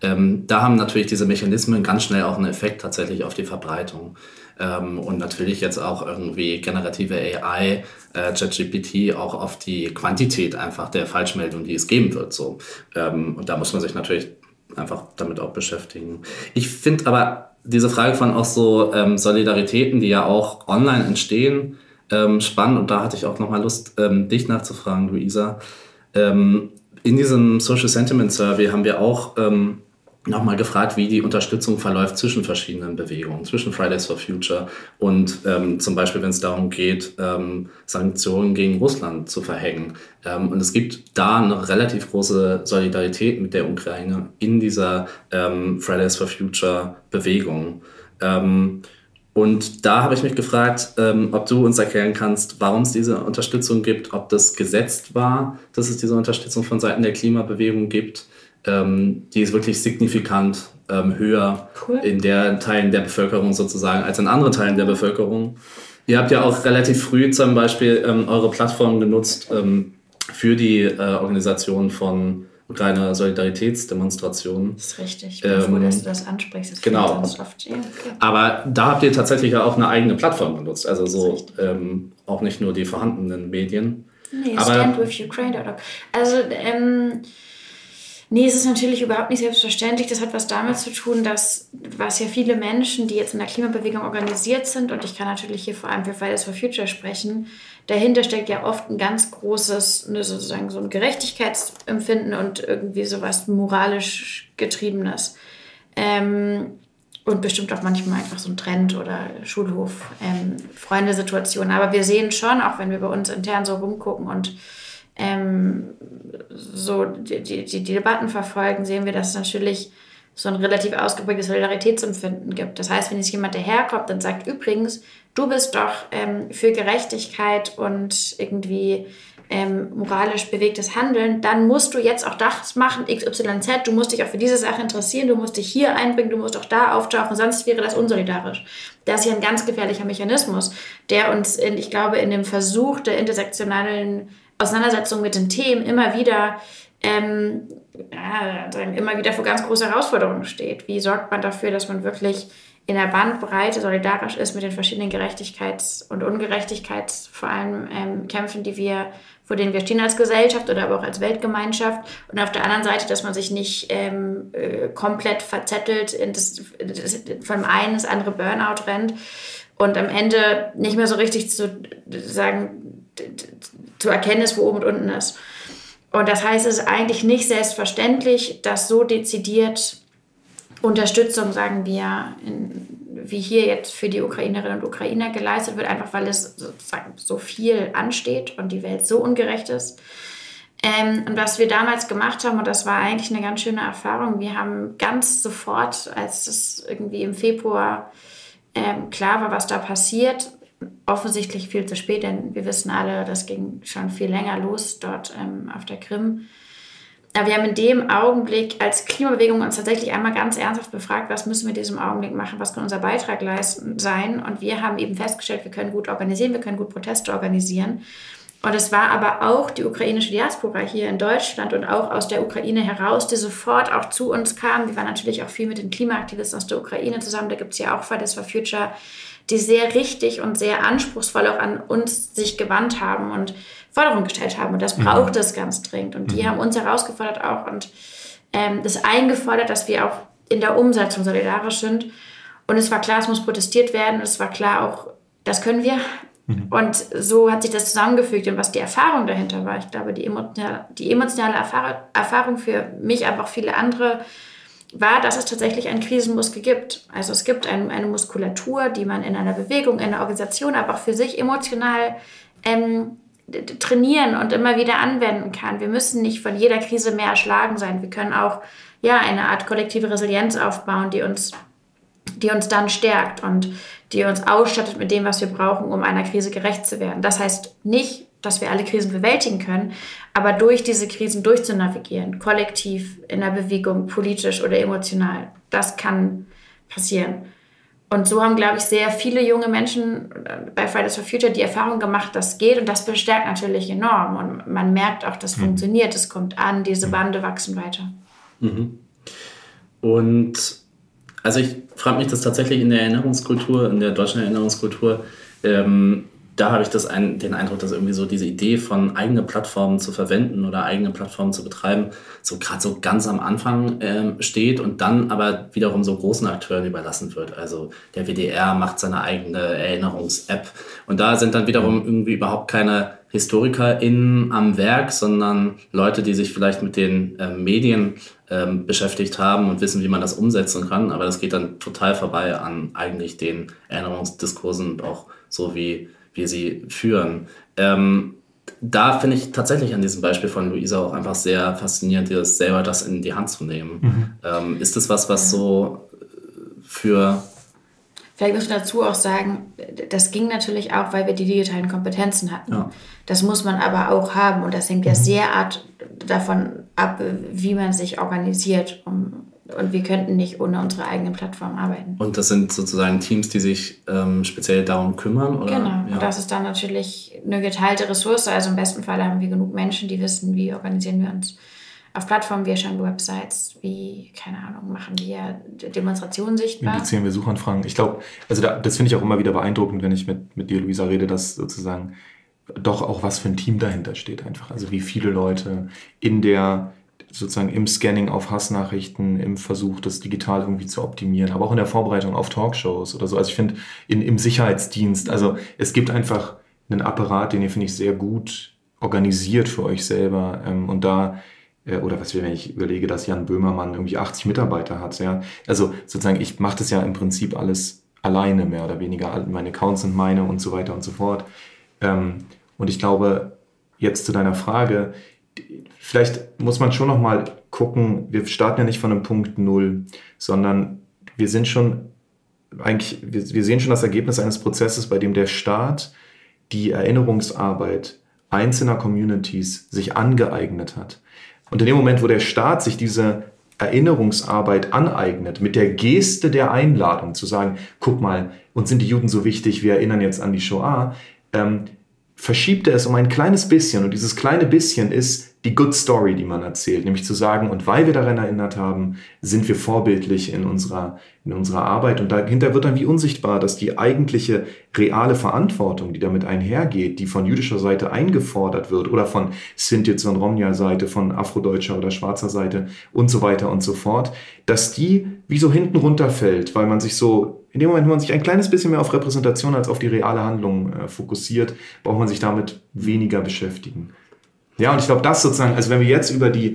Ähm, da haben natürlich diese Mechanismen ganz schnell auch einen Effekt tatsächlich auf die Verbreitung. Ähm, und natürlich jetzt auch irgendwie generative A I, äh, ChatGPT auch auf die Quantität einfach der Falschmeldungen, die es geben wird. So. Ähm, und da muss man sich natürlich einfach damit auch beschäftigen. Ich finde aber diese Frage von auch so ähm, Solidaritäten, die ja auch online entstehen, ähm, spannend. Und da hatte ich auch nochmal Lust, ähm, dich nachzufragen, Luisa. Ähm, in diesem Social Sentiment Survey haben wir auch ähm, nochmal gefragt, wie die Unterstützung verläuft zwischen verschiedenen Bewegungen, zwischen Fridays for Future und ähm, zum Beispiel, wenn es darum geht, ähm, Sanktionen gegen Russland zu verhängen. Ähm, und es gibt da eine relativ große Solidarität mit der Ukraine in dieser ähm, Fridays for Future Bewegung. Ähm, und da habe ich mich gefragt, ähm, ob du uns erklären kannst, warum es diese Unterstützung gibt, ob das gesetzt war, dass es diese Unterstützung von Seiten der Klimabewegung gibt. Ähm, die ist wirklich signifikant ähm, höher cool. in der Teilen der Bevölkerung sozusagen als in anderen Teilen der Bevölkerung. Ihr habt ja auch relativ früh zum Beispiel ähm, eure Plattform genutzt ähm, für die äh, Organisation von Ukrainer Solidaritätsdemonstrationen. Das ist richtig. Ich bin ähm, froh, dass du das ansprichst. Das genau. Oft. Ja, okay. Aber da habt ihr tatsächlich ja auch eine eigene Plattform genutzt. Also so ähm, auch nicht nur die vorhandenen Medien. Nee, stand with Ukraine. Also ähm, Nee, es ist natürlich überhaupt nicht selbstverständlich. Das hat was damit zu tun, dass was ja viele Menschen, die jetzt in der Klimabewegung organisiert sind, und ich kann natürlich hier vor allem für Fridays for Future sprechen, dahinter steckt ja oft ein ganz großes, ne, sozusagen so ein Gerechtigkeitsempfinden und irgendwie sowas moralisch Getriebenes. Ähm, und bestimmt auch manchmal einfach so ein Trend oder Schulhof, ähm, Freunde-Situation. Aber wir sehen schon, auch wenn wir bei uns intern so rumgucken und Ähm, so die, die, die Debatten verfolgen, sehen wir, dass es natürlich so ein relativ ausgeprägtes Solidaritätsempfinden gibt. Das heißt, wenn jetzt jemand daherkommt und sagt, übrigens, du bist doch ähm, für Gerechtigkeit und irgendwie ähm, moralisch bewegtes Handeln, dann musst du jetzt auch das machen, X Y Z, du musst dich auch für diese Sache interessieren, du musst dich hier einbringen, du musst auch da auftauchen, sonst wäre das unsolidarisch. Das ist ja ein ganz gefährlicher Mechanismus, der uns, in, ich glaube, in dem Versuch der intersektionalen Auseinandersetzung mit den Themen immer wieder, ähm, ja, immer wieder vor ganz große Herausforderungen steht. Wie sorgt man dafür, dass man wirklich in der Bandbreite solidarisch ist mit den verschiedenen Gerechtigkeits- und Ungerechtigkeits-, vor allem ähm, Kämpfen, die wir, vor denen wir stehen als Gesellschaft oder aber auch als Weltgemeinschaft. Und auf der anderen Seite, dass man sich nicht ähm, äh, komplett verzettelt, in das, das, vom einen ins andere Burnout rennt und am Ende nicht mehr so richtig zu sagen, zu erkennen ist, wo oben und unten ist. Und das heißt, es ist eigentlich nicht selbstverständlich, dass so dezidiert Unterstützung, sagen wir, in, wie hier jetzt für die Ukrainerinnen und Ukrainer geleistet wird, einfach weil es sozusagen so viel ansteht und die Welt so ungerecht ist. Ähm, und was wir damals gemacht haben, und das war eigentlich eine ganz schöne Erfahrung, wir haben ganz sofort, als es irgendwie im Februar ähm, klar war, was da passiert, offensichtlich viel zu spät, denn wir wissen alle, das ging schon viel länger los dort ähm, auf der Krim. Aber wir haben in dem Augenblick als Klimabewegung uns tatsächlich einmal ganz ernsthaft befragt, was müssen wir in diesem Augenblick machen, was kann unser Beitrag leisten sein. Und wir haben eben festgestellt, wir können gut organisieren, wir können gut Proteste organisieren. Und es war aber auch die ukrainische Diaspora hier in Deutschland und auch aus der Ukraine heraus, die sofort auch zu uns kam. Wir waren natürlich auch viel mit den Klimaaktivisten aus der Ukraine zusammen. Da gibt es ja auch Fridays for Future, die sehr richtig und sehr anspruchsvoll auch an uns sich gewandt haben und Forderungen gestellt haben. Und das braucht es ganz dringend. Und die haben uns herausgefordert auch und ähm, das eingefordert, dass wir auch in der Umsetzung solidarisch sind. Und es war klar, es muss protestiert werden. Es war klar auch, das können wir. Mhm. Und so hat sich das zusammengefügt. Und was die Erfahrung dahinter war, ich glaube, die emotionale, die emotionale Erfahrung, Erfahrung für mich, aber auch viele andere, war, dass es tatsächlich einen Krisenmuskel gibt. Also es gibt ein, eine Muskulatur, die man in einer Bewegung, in einer Organisation, aber auch für sich emotional ähm, trainieren und immer wieder anwenden kann. Wir müssen nicht von jeder Krise mehr erschlagen sein. Wir können auch ja, eine Art kollektive Resilienz aufbauen, die uns, die uns dann stärkt und die uns ausstattet mit dem, was wir brauchen, um einer Krise gerecht zu werden. Das heißt nicht, dass wir alle Krisen bewältigen können, aber durch diese Krisen durchzunavigieren, kollektiv, in der Bewegung, politisch oder emotional, das kann passieren. Und so haben, glaube ich, sehr viele junge Menschen bei Fridays for Future die Erfahrung gemacht, das geht und das bestärkt natürlich enorm. Und man merkt auch, das mhm. funktioniert, es kommt an, diese Bande wachsen weiter. Mhm. Und also ich frage mich das tatsächlich in der Erinnerungskultur, in der deutschen Erinnerungskultur, ähm, da habe ich das ein, den Eindruck, dass irgendwie so diese Idee von eigene Plattformen zu verwenden oder eigene Plattformen zu betreiben, so gerade so ganz am Anfang ähm, steht und dann aber wiederum so großen Akteuren überlassen wird. Also der W D R macht seine eigene Erinnerungs-App und da sind dann wiederum irgendwie überhaupt keine HistorikerInnen am Werk, sondern Leute, die sich vielleicht mit den ähm, Medien ähm, beschäftigt haben und wissen, wie man das umsetzen kann. Aber das geht dann total vorbei an eigentlich den Erinnerungsdiskursen und auch so, wie wir sie führen. Ähm, da finde ich tatsächlich an diesem Beispiel von Luisa auch einfach sehr faszinierend, das selber das in die Hand zu nehmen. Mhm. Ähm, ist das was, was so für... Vielleicht muss man dazu auch sagen, das ging natürlich auch, weil wir die digitalen Kompetenzen hatten. Ja. Das muss man aber auch haben und das hängt ja sehr art davon ab, wie man sich organisiert. Um, und wir könnten nicht ohne unsere eigenen Plattformen arbeiten. Und das sind sozusagen Teams, die sich ähm, speziell darum kümmern? Oder? Genau, ja. Und das ist dann natürlich eine geteilte Ressource. Also im besten Fall haben wir genug Menschen, die wissen, wie organisieren wir uns auf Plattformen, wir schauen Websites, wie, keine Ahnung, machen wir Demonstrationen sichtbar. Indizieren wir Suchanfragen. Ich glaube, also da, das finde ich auch immer wieder beeindruckend, wenn ich mit, mit dir, Luisa, rede, dass sozusagen doch auch was für ein Team dahinter steht einfach. Also wie viele Leute in der, sozusagen im Scanning auf Hassnachrichten, im Versuch, das digital irgendwie zu optimieren, aber auch in der Vorbereitung auf Talkshows oder so. Also ich finde, in, im Sicherheitsdienst, also es gibt einfach einen Apparat, den ihr, finde ich, sehr gut organisiert für euch selber ähm, und da oder was wenn ich überlege, dass Jan Böhmermann irgendwie achtzig Mitarbeiter hat. Ja? Also sozusagen, ich mache das ja im Prinzip alles alleine, mehr oder weniger. Meine Accounts sind meine und so weiter und so fort. Und ich glaube, jetzt zu deiner Frage, vielleicht muss man schon noch mal gucken, wir starten ja nicht von einem Punkt Null, sondern wir sind schon, eigentlich, wir, wir sehen schon das Ergebnis eines Prozesses, bei dem der Staat die Erinnerungsarbeit einzelner Communities sich angeeignet hat. Und in dem Moment, wo der Staat sich diese Erinnerungsarbeit aneignet, mit der Geste der Einladung zu sagen, guck mal, uns sind die Juden so wichtig, wir erinnern jetzt an die Shoah, ähm, verschiebt er es um ein kleines bisschen. Und dieses kleine bisschen ist die Good Story, die man erzählt. Nämlich zu sagen, und weil wir daran erinnert haben, sind wir vorbildlich in unserer, in unserer Arbeit. Und dahinter wird dann wie unsichtbar, dass die eigentliche reale Verantwortung, die damit einhergeht, die von jüdischer Seite eingefordert wird oder von Sinti und Romnia-Seite, von afrodeutscher oder schwarzer Seite und so weiter und so fort, dass die wie so hinten runterfällt, weil man sich so, in dem Moment, wo man sich ein kleines bisschen mehr auf Repräsentation als auf die reale Handlung äh, fokussiert, braucht man sich damit weniger beschäftigen. Ja, und ich glaube, das sozusagen, also wenn wir jetzt über die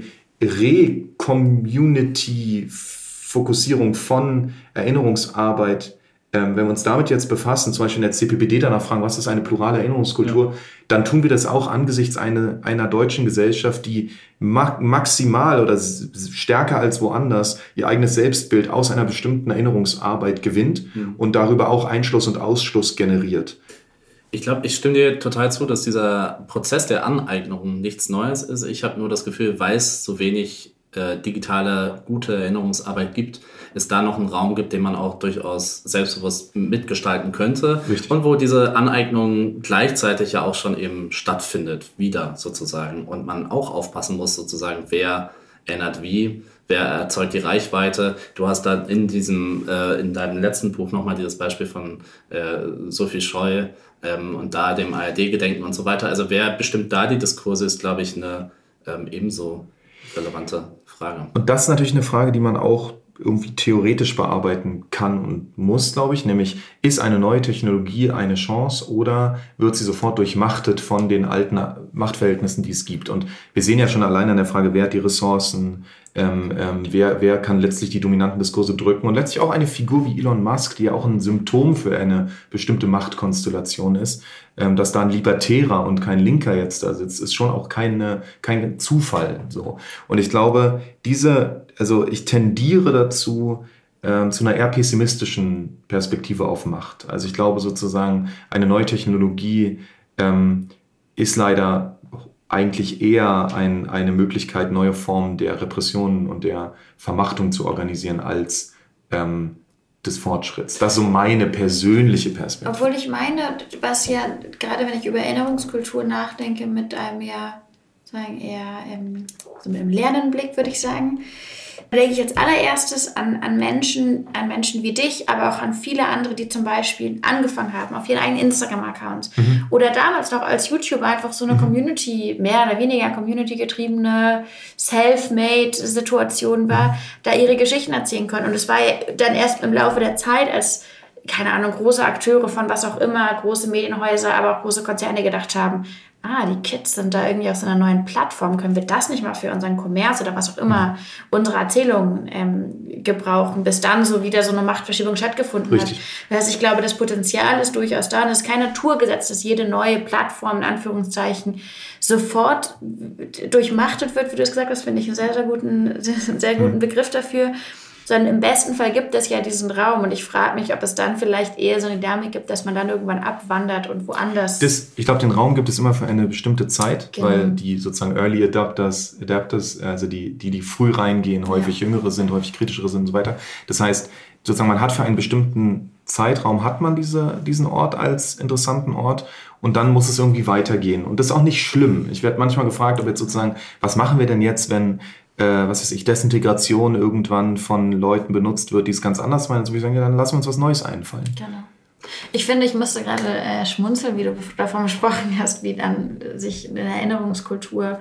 Re-Community-Fokussierung von Erinnerungsarbeit, ähm, wenn wir uns damit jetzt befassen, zum Beispiel in der C P P D danach fragen, was ist eine plurale Erinnerungskultur, ja. Dann tun wir das auch angesichts eine, einer deutschen Gesellschaft, die ma- maximal oder s- stärker als woanders ihr eigenes Selbstbild aus einer bestimmten Erinnerungsarbeit gewinnt mhm. und darüber auch Einschluss und Ausschluss generiert. Ich glaube, ich stimme dir total zu, dass dieser Prozess der Aneignung nichts Neues ist. Ich habe nur das Gefühl, weil es so wenig äh, digitale, gute Erinnerungsarbeit gibt, es da noch einen Raum gibt, den man auch durchaus selbstbewusst mitgestalten könnte. Richtig. Und wo diese Aneignung gleichzeitig ja auch schon eben stattfindet, wieder sozusagen. Und man auch aufpassen muss, sozusagen, wer erinnert wie, wer erzeugt die Reichweite. Du hast da in diesem, äh, in deinem letzten Buch nochmal dieses Beispiel von äh, Sophie Scheu ähm, und da dem A R D-Gedenken und so weiter. Also wer bestimmt da die Diskurse, ist, glaube ich, eine ähm, ebenso relevante Frage. Und das ist natürlich eine Frage, die man auch irgendwie theoretisch bearbeiten kann und muss, glaube ich, nämlich ist eine neue Technologie eine Chance oder wird sie sofort durchmachtet von den alten Machtverhältnissen, die es gibt? Und wir sehen ja schon allein an der Frage, wer hat die Ressourcen, ähm, ähm, wer, wer kann letztlich die dominanten Diskurse drücken und letztlich auch eine Figur wie Elon Musk, die ja auch ein Symptom für eine bestimmte Machtkonstellation ist, ähm, dass da ein Libertärer und kein Linker jetzt da sitzt, ist schon auch keine, kein Zufall. So. Und ich glaube, diese Also ich tendiere dazu, ähm, zu einer eher pessimistischen Perspektive auf Macht. Also ich glaube sozusagen, eine neue Technologie ähm, ist leider eigentlich eher ein, eine Möglichkeit, neue Formen der Repressionen und der Vermachtung zu organisieren, als ähm, des Fortschritts. Das ist so meine persönliche Perspektive. Obwohl ich meine, was ja, gerade wenn ich über Erinnerungskultur nachdenke, mit einem ja sagen eher ähm, so mit einem lernenden Blick, würde ich sagen. Da denke ich als allererstes an, an Menschen, an Menschen wie dich, aber auch an viele andere, die zum Beispiel angefangen haben auf ihren eigenen Instagram-Account mhm. oder damals noch als YouTuber einfach so eine mhm. Community, mehr oder weniger Community-getriebene Self-Made-Situation war, mhm. da ihre Geschichten erzählen können. Und es war dann erst im Laufe der Zeit, als, keine Ahnung, große Akteure von was auch immer, große Medienhäuser, aber auch große Konzerne gedacht haben, ah, die Kids sind da irgendwie auf so einer neuen Plattform, können wir das nicht mal für unseren Kommerz oder was auch immer, unsere Erzählungen ähm, gebrauchen, bis dann so wieder so eine Machtverschiebung stattgefunden Richtig. hat. Das heißt, ich glaube, das Potenzial ist durchaus da und es ist kein Naturgesetz, dass jede neue Plattform, in Anführungszeichen, sofort durchmachtet wird, wie du es gesagt hast, finde ich einen sehr, sehr guten, sehr, sehr guten Begriff dafür. Sondern im besten Fall gibt es ja diesen Raum und ich frage mich, ob es dann vielleicht eher so eine Dynamik gibt, dass man dann irgendwann abwandert und woanders... Das, ich glaube, den Raum gibt es immer für eine bestimmte Zeit, genau. weil die sozusagen Early Adapters, Adapters also die, die, die früh reingehen, häufig ja. jüngere sind, häufig kritischere sind und so weiter. Das heißt, sozusagen man hat für einen bestimmten Zeitraum, hat man diese, diesen Ort als interessanten Ort und dann muss es irgendwie weitergehen. Und das ist auch nicht schlimm. Ich werde manchmal gefragt, ob jetzt sozusagen, was machen wir denn jetzt, wenn... Äh, was weiß ich, Desintegration irgendwann von Leuten benutzt wird, die es ganz anders meinen, so wie ich sagen, ja, dann lassen wir uns was Neues einfallen. Genau. Ich finde, ich musste gerade äh, schmunzeln, wie du davon gesprochen hast, wie dann sich eine Erinnerungskultur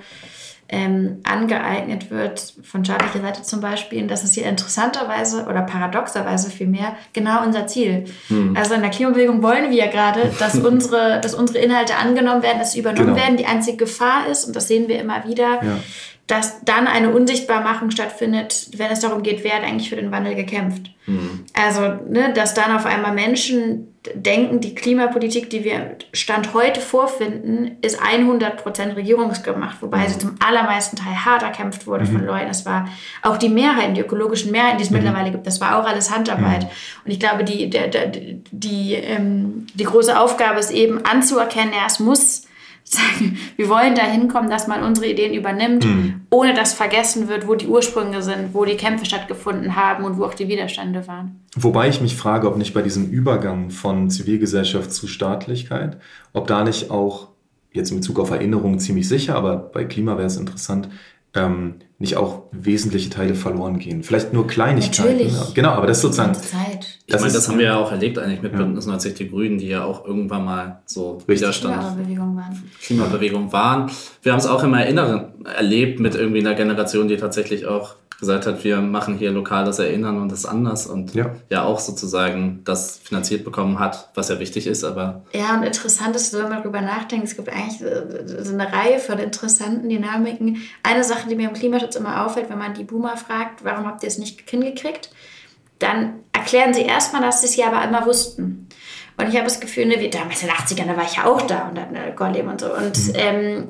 ähm, angeeignet wird, von staatlicher Seite zum Beispiel. Und das ist hier interessanterweise oder paradoxerweise vielmehr genau unser Ziel. Hm. Also in der Klimabewegung wollen wir ja gerade, dass unsere, dass unsere Inhalte angenommen werden, dass sie übernommen genau. werden. Die einzige Gefahr ist, und das sehen wir immer wieder, ja. dass dann eine Unsichtbarmachung stattfindet, wenn es darum geht, wer hat eigentlich für den Wandel gekämpft. Mhm. Also, ne, dass dann auf einmal Menschen denken, die Klimapolitik, die wir Stand heute vorfinden, ist hundert Prozent regierungsgemacht, wobei mhm. sie zum allermeisten Teil hart erkämpft wurde mhm. von Leuten. Es war auch die Mehrheiten, die ökologischen Mehrheiten, die es mhm. mittlerweile gibt, das war auch alles Handarbeit. Mhm. Und ich glaube, die, der, der, die, ähm, die große Aufgabe ist eben anzuerkennen, ja, es muss sagen, wir wollen da hinkommen, dass man unsere Ideen übernimmt, mhm. ohne dass vergessen wird, wo die Ursprünge sind, wo die Kämpfe stattgefunden haben und wo auch die Widerstände waren. Wobei ich mich frage, ob nicht bei diesem Übergang von Zivilgesellschaft zu Staatlichkeit, ob da nicht auch, jetzt in Bezug auf Erinnerung ziemlich sicher, aber bei Klima wäre es interessant, ähm, nicht auch wesentliche Teile verloren gehen. Vielleicht nur Kleinigkeiten. Natürlich. Ja. Genau, aber das ist sozusagen... Zeit. Ich meine, das haben wir ja auch erlebt eigentlich mit ja. Bündnis neunzig Die Grünen, die ja auch irgendwann mal so Widerstand... Klimabewegung waren. Klimabewegung waren. Wir haben es auch im Erinnern erlebt mit irgendwie einer Generation, die tatsächlich auch gesagt hat, wir machen hier lokal das Erinnern und das anders und ja, ja auch sozusagen das finanziert bekommen hat, was ja wichtig ist, aber... Ja, und interessant ist, wenn man darüber nachdenkt, es gibt eigentlich so eine Reihe von interessanten Dynamiken. Eine Sache, die mir im Klimaschutz immer auffällt, wenn man die Boomer fragt, warum habt ihr es nicht hingekriegt, dann erklären sie erstmal, dass sie es ja aber immer wussten. Und ich habe das Gefühl, ne, wie damals in den achtzigern, da war ich ja auch da und dann Gottlieb und so. Und mhm. ähm,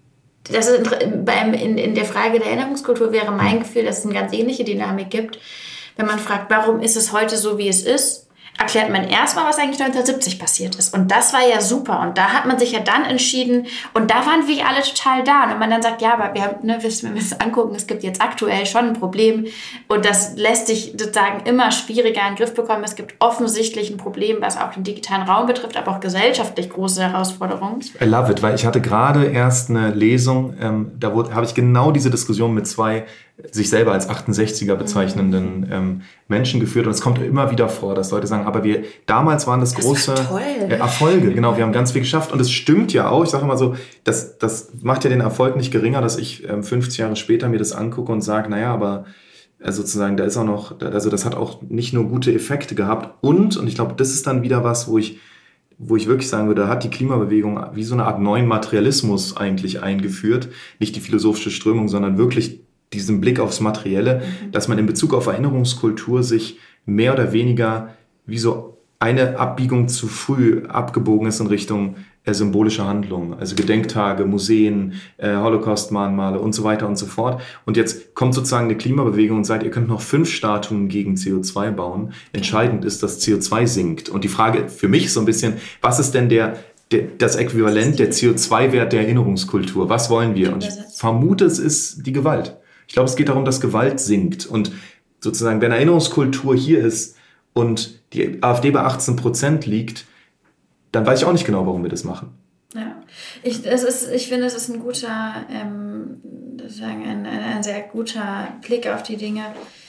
das ist beim, in, in der Frage der Erinnerungskultur wäre mein Gefühl, dass es eine ganz ähnliche Dynamik gibt. Wenn man fragt, warum ist es heute so, wie es ist, erklärt man erstmal, was eigentlich neunzehnhundertsiebzig passiert ist. Und das war ja super. Und da hat man sich ja dann entschieden, und da waren wir alle total da. Und wenn man dann sagt, ja, aber wir haben, ne, wenn wir es angucken, es gibt jetzt aktuell schon ein Problem. Und das lässt sich sozusagen immer schwieriger in den Griff bekommen. Es gibt offensichtlich ein Problem, was auch den digitalen Raum betrifft, aber auch gesellschaftlich große Herausforderungen. I love it, weil ich hatte gerade erst eine Lesung, ähm, da habe ich genau diese Diskussion mit zwei sich selber als achtundsechziger bezeichnenden mhm. ähm, Menschen geführt. Und es kommt immer wieder vor, dass Leute sagen, aber wir damals waren das, das große war äh, Erfolge. Genau, wir haben ganz viel geschafft. Und es stimmt ja auch. Ich sage immer so, das, das macht ja den Erfolg nicht geringer, dass ich ähm, fünfzig Jahre später mir das angucke und sage, naja, aber äh, sozusagen, da ist auch noch, also das hat auch nicht nur gute Effekte gehabt. Und, und ich glaube, das ist dann wieder was, wo ich wo ich wirklich sagen würde, da hat die Klimabewegung wie so eine Art neuen Materialismus eigentlich eingeführt. Nicht die philosophische Strömung, sondern wirklich diesen Blick aufs Materielle, mhm. dass man in Bezug auf Erinnerungskultur sich mehr oder weniger wie so eine Abbiegung zu früh abgebogen ist in Richtung äh, symbolischer Handlungen. Also Gedenktage, Museen, äh, Holocaust-Mahnmale und so weiter und so fort. Und jetzt kommt sozusagen eine Klimabewegung und sagt, ihr könnt noch fünf Statuen gegen C O zwei bauen. Entscheidend ist, dass C O zwei sinkt. Und die Frage für mich ist so ein bisschen, was ist denn der Der, das Äquivalent der C O zwei Wert der Erinnerungskultur? Was wollen wir? Und ich vermute, es ist die Gewalt. Ich glaube, es geht darum, dass Gewalt sinkt. Und sozusagen, wenn Erinnerungskultur hier ist und die AfD bei achtzehn Prozent liegt, dann weiß ich auch nicht genau, warum wir das machen. Ja, ich, es ist, ich finde, es ist ein guter, ähm, sozusagen ein, ein, ein sehr guter Blick auf die Dinge.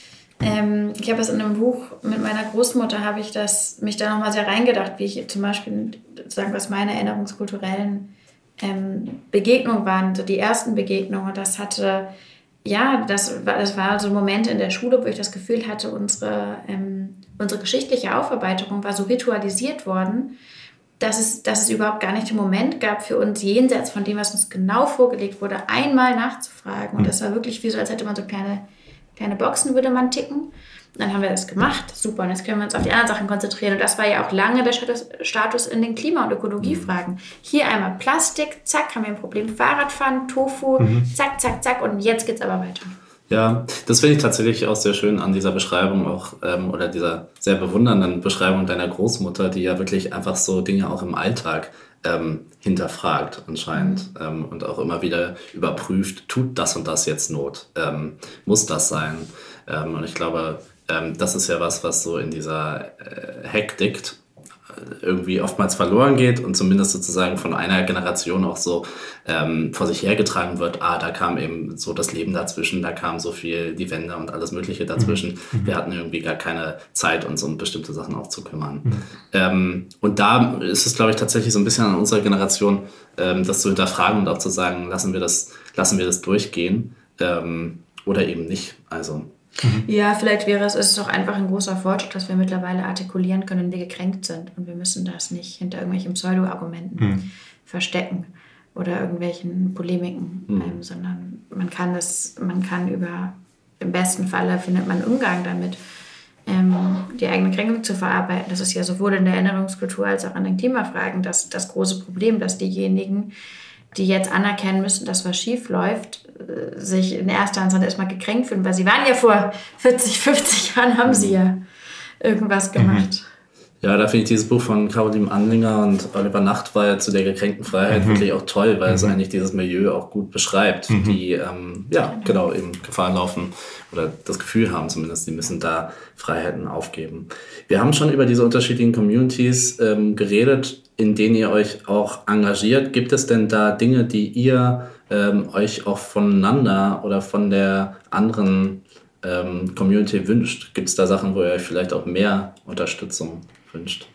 Ähm, ich habe es in einem Buch mit meiner Großmutter, habe ich das, mich da nochmal sehr reingedacht, wie ich zum Beispiel, sagen was meine erinnerungskulturellen ähm, Begegnungen waren, so die ersten Begegnungen. Und das hatte, ja, das war, das war so Momente in der Schule, wo ich das Gefühl hatte, unsere, ähm, unsere geschichtliche Aufarbeitung war so ritualisiert worden, dass es, dass es überhaupt gar nicht den Moment gab für uns, jenseits von dem, was uns genau vorgelegt wurde, einmal nachzufragen. Und das war wirklich wie so, als hätte man so kleine Kleine Boxen würde man ticken. Dann haben wir das gemacht. Super, und jetzt können wir uns auf die anderen Sachen konzentrieren. Und das war ja auch lange der Status in den Klima- und Ökologiefragen. Hier einmal Plastik, zack, haben wir ein Problem. Fahrradfahren, Tofu, mhm. zack, zack, zack. Und jetzt geht's aber weiter. Ja, das finde ich tatsächlich auch sehr schön an dieser Beschreibung auch ähm, oder dieser sehr bewundernden Beschreibung deiner Großmutter, die ja wirklich einfach so Dinge auch im Alltag ähm, hinterfragt anscheinend mhm. ähm, und auch immer wieder überprüft, tut das und das jetzt Not? Ähm, muss das sein? Ähm, und ich glaube, ähm, das ist ja was, was so in dieser äh, Hektik irgendwie oftmals verloren geht und zumindest sozusagen von einer Generation auch so ähm, vor sich hergetragen wird, ah, da kam eben so das Leben dazwischen, da kam so viel die Wende und alles Mögliche dazwischen. Mhm. Wir hatten irgendwie gar keine Zeit, uns um bestimmte Sachen auch zu kümmern. Mhm. Ähm, und da ist es, glaube ich, tatsächlich so ein bisschen an unserer Generation, ähm, das zu hinterfragen und auch zu sagen, lassen wir das, lassen wir das durchgehen ähm, oder eben nicht. Also ja, vielleicht wäre es, es ist auch einfach ein großer Fortschritt, dass wir mittlerweile artikulieren können, wenn wir gekränkt sind. Und wir müssen das nicht hinter irgendwelchen Pseudo-Argumenten mhm. verstecken oder irgendwelchen Polemiken, mhm. ähm, sondern man kann das, man kann über, im besten Falle findet man Umgang damit, ähm, die eigene Kränkung zu verarbeiten. Das ist ja sowohl in der Erinnerungskultur als auch an den Klimafragen das, das große Problem, dass diejenigen, die jetzt anerkennen müssen, dass was schief läuft, sich in erster Instanz erstmal gekränkt fühlen, weil sie waren ja vor vierzig, fünfzig Jahren, haben sie ja irgendwas gemacht. Ja, da finde ich dieses Buch von Caroline Andlinger und Oliver Nacht war ja zu der gekränkten Freiheit mhm. wirklich auch toll, weil mhm. es eigentlich dieses Milieu auch gut beschreibt, mhm. die ähm, ja genau eben Gefahr laufen oder das Gefühl haben zumindest, die müssen da Freiheiten aufgeben. Wir haben schon über diese unterschiedlichen Communities ähm, geredet, in denen ihr euch auch engagiert. Gibt es denn da Dinge, die ihr ähm, euch auch voneinander oder von der anderen ähm, Community wünscht? Gibt es da Sachen, wo ihr euch vielleicht auch mehr Unterstützung wünscht?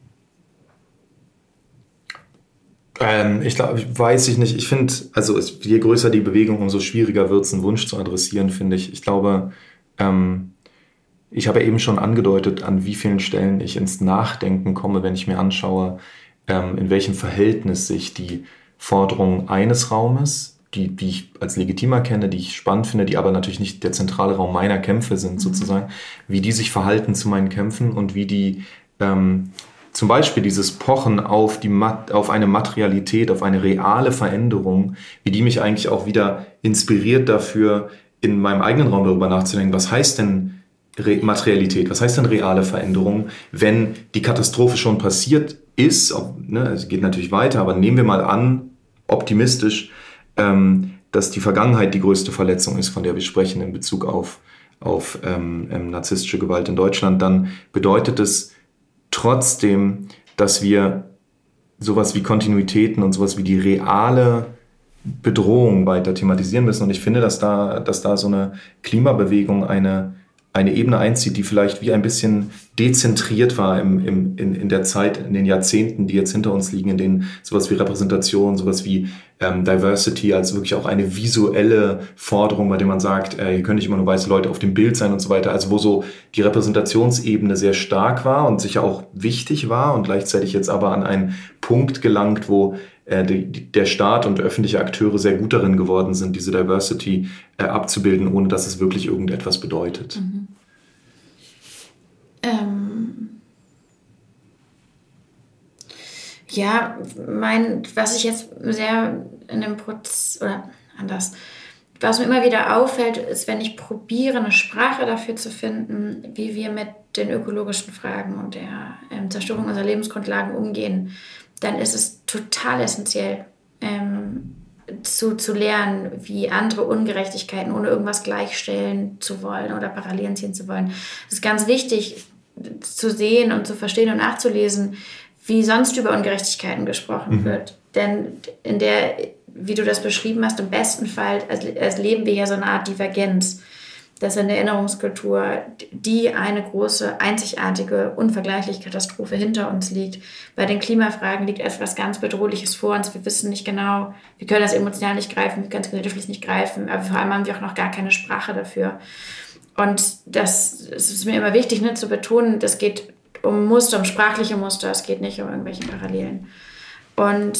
Ähm, ich glaube, weiß ich nicht. Ich finde, also es, je größer die Bewegung, umso schwieriger wird es, einen Wunsch zu adressieren, finde ich. Ich glaube, ähm, ich habe eben schon angedeutet, an wie vielen Stellen ich ins Nachdenken komme, wenn ich mir anschaue, ähm, in welchem Verhältnis sich die Forderungen eines Raumes, die, die ich als legitimer kenne, die ich spannend finde, die aber natürlich nicht der zentrale Raum meiner Kämpfe sind, mhm. sozusagen, wie die sich verhalten zu meinen Kämpfen und wie die ähm, zum Beispiel dieses Pochen auf, die, auf eine Materialität, auf eine reale Veränderung, wie die mich eigentlich auch wieder inspiriert dafür, in meinem eigenen Raum darüber nachzudenken, was heißt denn Re- Materialität, was heißt denn reale Veränderung, wenn die Katastrophe schon passiert ist, ob, ne, es geht natürlich weiter, aber nehmen wir mal an, optimistisch, ähm, dass die Vergangenheit die größte Verletzung ist, von der wir sprechen in Bezug auf, auf ähm, ähm, narzisstische Gewalt in Deutschland, dann bedeutet es trotzdem, dass wir sowas wie Kontinuitäten und sowas wie die reale Bedrohung weiter thematisieren müssen. Und ich finde, dass da, dass da so eine Klimabewegung eine, eine Ebene einzieht, die vielleicht wie ein bisschen dezentriert war im, im, in, in der Zeit, in den Jahrzehnten, die jetzt hinter uns liegen, in denen sowas wie Repräsentation, sowas wie ähm, Diversity als wirklich auch eine visuelle Forderung, bei der man sagt, äh, hier können nicht immer nur weiße Leute auf dem Bild sein und so weiter, also wo so die Repräsentationsebene sehr stark war und sicher auch wichtig war und gleichzeitig jetzt aber an einen Punkt gelangt, wo äh, die, der Staat und öffentliche Akteure sehr gut darin geworden sind, diese Diversity äh, abzubilden, ohne dass es wirklich irgendetwas bedeutet. Mhm. Ähm ja, mein, was ich jetzt sehr in dem Prozess, oder anders, was mir immer wieder auffällt, ist, wenn ich probiere, eine Sprache dafür zu finden, wie wir mit den ökologischen Fragen und der ähm, Zerstörung unserer Lebensgrundlagen umgehen, dann ist es total essentiell, ähm, zu, zu lernen, wie andere Ungerechtigkeiten, ohne irgendwas gleichstellen zu wollen oder Parallelen ziehen zu wollen. Es ist ganz wichtig zu sehen und zu verstehen und nachzulesen, wie sonst über Ungerechtigkeiten gesprochen mhm. wird. denn in der, wie du das beschrieben hast, im besten Fall erleben wir ja so eine Art Divergenz, dass in der Erinnerungskultur die eine große, einzigartige, unvergleichliche Katastrophe hinter uns liegt. Bei den Klimafragen liegt etwas ganz Bedrohliches vor uns. Wir wissen nicht genau, wir können das emotional nicht greifen, wir können es gesellschaftlich nicht greifen, aber vor allem haben wir auch noch gar keine Sprache dafür. Und das, das ist mir immer wichtig, ne, zu betonen, das geht um Muster, um sprachliche Muster, es geht nicht um irgendwelche Parallelen. Und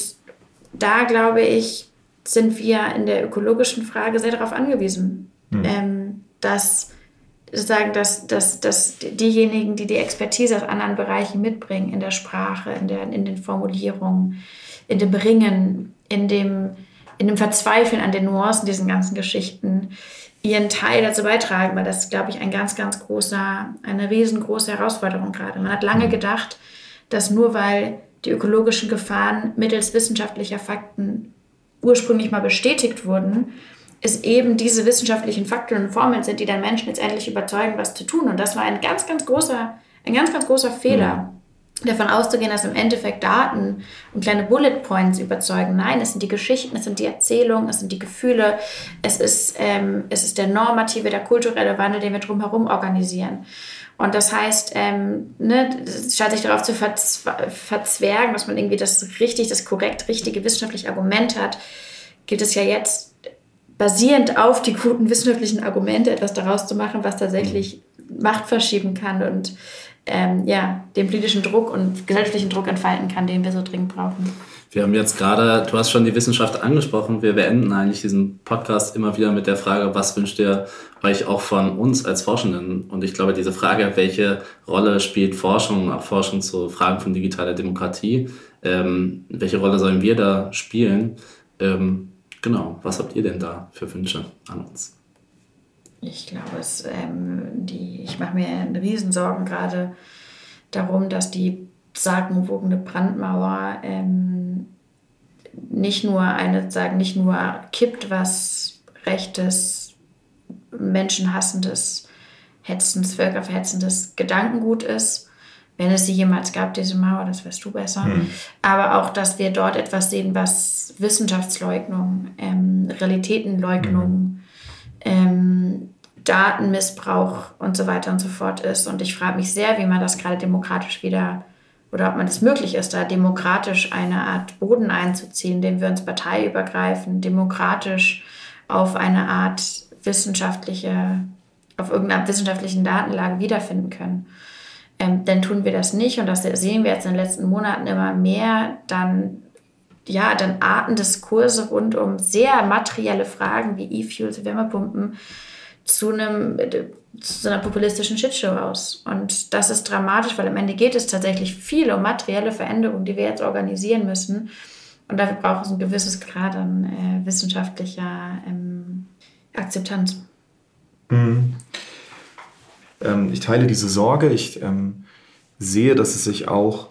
da, glaube ich, sind wir in der ökologischen Frage sehr darauf angewiesen, mhm. ähm, dass, sozusagen, dass, dass, dass diejenigen, die die Expertise aus anderen Bereichen mitbringen, in der Sprache, in, der, in den Formulierungen, in dem Ringen, in dem, in dem Verzweifeln an den Nuancen diesen ganzen Geschichten, ihren Teil dazu beitragen, weil das ist, glaube ich, ein ganz, ganz großer, eine riesengroße Herausforderung gerade. Man hat lange gedacht, dass nur weil die ökologischen Gefahren mittels wissenschaftlicher Fakten ursprünglich mal bestätigt wurden, es eben diese wissenschaftlichen Fakten und Formeln sind, die dann Menschen letztendlich überzeugen, was zu tun. Und das war ein ganz, ganz großer, ein ganz, ganz großer Fehler, mhm. davon auszugehen, dass im Endeffekt Daten und kleine Bullet Points überzeugen. Nein, es sind die Geschichten, es sind die Erzählungen, es sind die Gefühle, es ist, ähm, es ist der normative, der kulturelle Wandel, den wir drumherum organisieren. Und das heißt, ähm, ne, statt sich darauf zu verzw- verzwergen, dass man irgendwie das richtig, das korrekt richtige wissenschaftliche Argument hat, gibt es ja jetzt basierend auf die guten wissenschaftlichen Argumente etwas daraus zu machen, was tatsächlich Macht verschieben kann und ähm, ja, den politischen Druck und gesellschaftlichen Druck entfalten kann, den wir so dringend brauchen. Wir haben jetzt gerade, du hast schon die Wissenschaft angesprochen, wir beenden eigentlich diesen Podcast immer wieder mit der Frage, was wünscht ihr euch auch von uns als Forschenden? Und ich glaube, diese Frage, welche Rolle spielt Forschung, auch Forschung zu Fragen von digitaler Demokratie, ähm, welche Rolle sollen wir da spielen? Ähm, Genau, was habt ihr denn da für Wünsche an uns? Ich glaube, es, ähm, die, ich mache mir Riesensorgen gerade darum, dass die sagenumwogene Brandmauer ähm, nicht nur eine, sagen, nicht nur kippt, was rechtes, menschenhassendes, hetzendes, völkerverhetzendes Gedankengut ist, wenn es sie jemals gab, diese Mauer, das weißt du besser. Mhm. Aber auch, dass wir dort etwas sehen, was Wissenschaftsleugnung, ähm, Realitätenleugnung, mhm. ähm, Datenmissbrauch und so weiter und so fort ist. Und ich frage mich sehr, wie man das gerade demokratisch wieder, oder ob man das möglich ist, da demokratisch eine Art Boden einzuziehen, indem wir uns parteiübergreifend, demokratisch auf eine Art wissenschaftliche, auf irgendeiner wissenschaftlichen Datenlage wiederfinden können. Ähm, dann tun wir das nicht und das sehen wir jetzt in den letzten Monaten immer mehr, dann, ja, dann arten Diskurse rund um sehr materielle Fragen wie E-Fuels, Wärmepumpen zu, einem, zu einer populistischen Shitshow aus. Und das ist dramatisch, weil am Ende geht es tatsächlich viel um materielle Veränderungen, die wir jetzt organisieren müssen. Und dafür braucht es ein gewisses Grad an äh, wissenschaftlicher ähm, Akzeptanz. Mhm. Ich teile diese Sorge. Ich ähm, sehe, dass es sich auch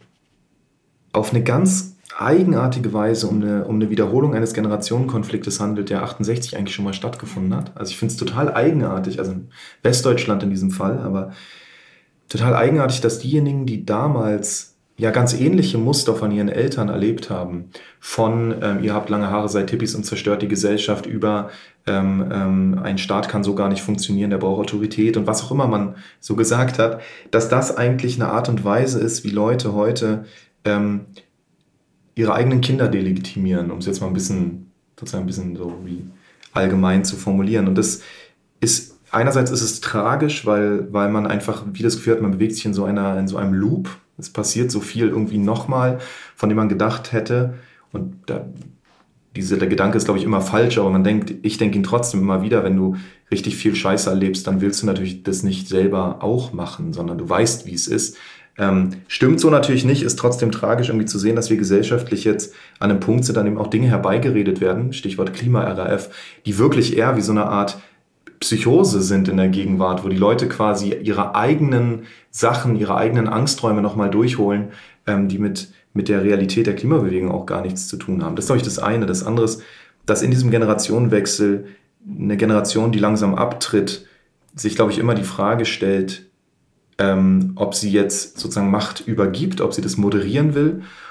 auf eine ganz eigenartige Weise um eine, um eine Wiederholung eines Generationenkonfliktes handelt, der achtundsechzig eigentlich schon mal stattgefunden hat. Also ich finde es total eigenartig, also in Westdeutschland in diesem Fall, aber total eigenartig, dass diejenigen, die damals ja ganz ähnliche Muster von ihren Eltern erlebt haben, von ähm, ihr habt lange Haare, seid Hippies und zerstört die Gesellschaft, über ähm, ähm, ein Staat kann so gar nicht funktionieren, der braucht Autorität und was auch immer man so gesagt hat, dass das eigentlich eine Art und Weise ist, wie Leute heute ähm, ihre eigenen Kinder delegitimieren, um es jetzt mal ein bisschen, sozusagen ein bisschen so wie allgemein zu formulieren. Und das ist, einerseits ist es tragisch, weil, weil man einfach wie das Gefühl hat, man bewegt sich in so einer, in so einem Loop. Es passiert so viel irgendwie nochmal, von dem man gedacht hätte. Und da, diese, der Gedanke ist, glaube ich, immer falsch, aber man denkt, ich denke ihn trotzdem immer wieder, wenn du richtig viel Scheiße erlebst, dann willst du natürlich das nicht selber auch machen, sondern du weißt, wie es ist. Ähm, stimmt so natürlich nicht, ist trotzdem tragisch irgendwie zu sehen, dass wir gesellschaftlich jetzt an einem Punkt sind, an dem auch Dinge herbeigeredet werden, Stichwort Klima-R A F, die wirklich eher wie so eine Art Psychose sind in der Gegenwart, wo die Leute quasi ihre eigenen Sachen, ihre eigenen Angsträume nochmal durchholen, ähm, die mit, mit der Realität der Klimabewegung auch gar nichts zu tun haben. Das ist, glaube ich, das eine. Das andere ist, dass in diesem Generationenwechsel eine Generation, die langsam abtritt, sich, glaube ich, immer die Frage stellt, ähm, ob sie jetzt sozusagen Macht übergibt, ob sie das moderieren will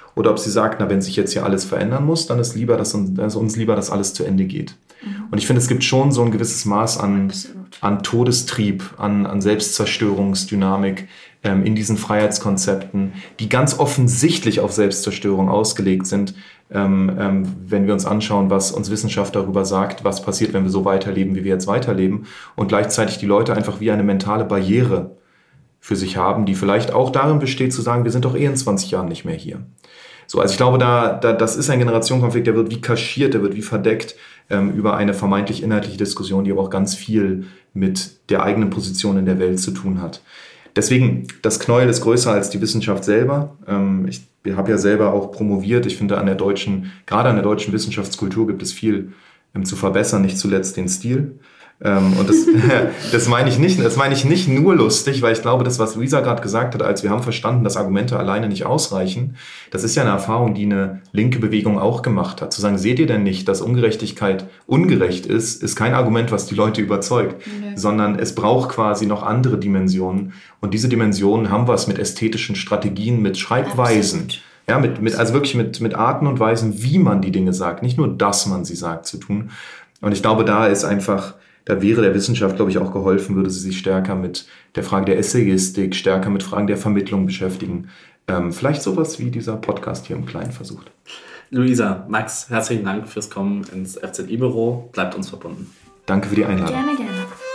oder ob sie sagt, na, wenn sich jetzt hier alles verändern muss, dann ist lieber, dass uns, also uns lieber, dass alles zu Ende geht. Mhm. Und ich finde, es gibt schon so ein gewisses Maß an, an Todestrieb, an, an Selbstzerstörungsdynamik ähm, in diesen Freiheitskonzepten, die ganz offensichtlich auf Selbstzerstörung ausgelegt sind, ähm, ähm, wenn wir uns anschauen, was uns Wissenschaft darüber sagt, was passiert, wenn wir so weiterleben, wie wir jetzt weiterleben, und gleichzeitig die Leute einfach wie eine mentale Barriere für sich haben, die vielleicht auch darin besteht, zu sagen, wir sind doch eh in zwanzig Jahren nicht mehr hier. So, also ich glaube, da, da das ist ein Generationenkonflikt, der wird wie kaschiert, der wird wie verdeckt ähm, über eine vermeintlich inhaltliche Diskussion, die aber auch ganz viel mit der eigenen Position in der Welt zu tun hat. Deswegen, das Knäuel ist größer als die Wissenschaft selber. Ähm, ich habe ja selber auch promoviert. Ich finde, an der deutschen, gerade an der deutschen Wissenschaftskultur gibt es viel ähm, zu verbessern, nicht zuletzt den Stil. Ähm, und das, das meine ich nicht, das meine ich nicht nur lustig, weil ich glaube, das, was Luisa gerade gesagt hat, als wir haben verstanden, dass Argumente alleine nicht ausreichen, das ist ja eine Erfahrung, die eine linke Bewegung auch gemacht hat. Zu sagen, seht ihr denn nicht, dass Ungerechtigkeit ungerecht ist, ist kein Argument, was die Leute überzeugt, nee. sondern es braucht quasi noch andere Dimensionen. Und diese Dimensionen haben was mit ästhetischen Strategien, mit Schreibweisen. Absolut. Ja, mit, mit, also wirklich mit, mit Arten und Weisen, wie man die Dinge sagt, nicht nur, dass man sie sagt, zu tun. Und ich glaube, da ist einfach, da wäre der Wissenschaft, glaube ich, auch geholfen, würde sie sich stärker mit der Frage der Essayistik, stärker mit Fragen der Vermittlung beschäftigen. Ähm, vielleicht sowas wie dieser Podcast hier im Kleinen versucht. Luisa, Max, herzlichen Dank fürs Kommen ins F Z I-Büro. Bleibt uns verbunden. Danke für die Einladung. Gerne, gerne.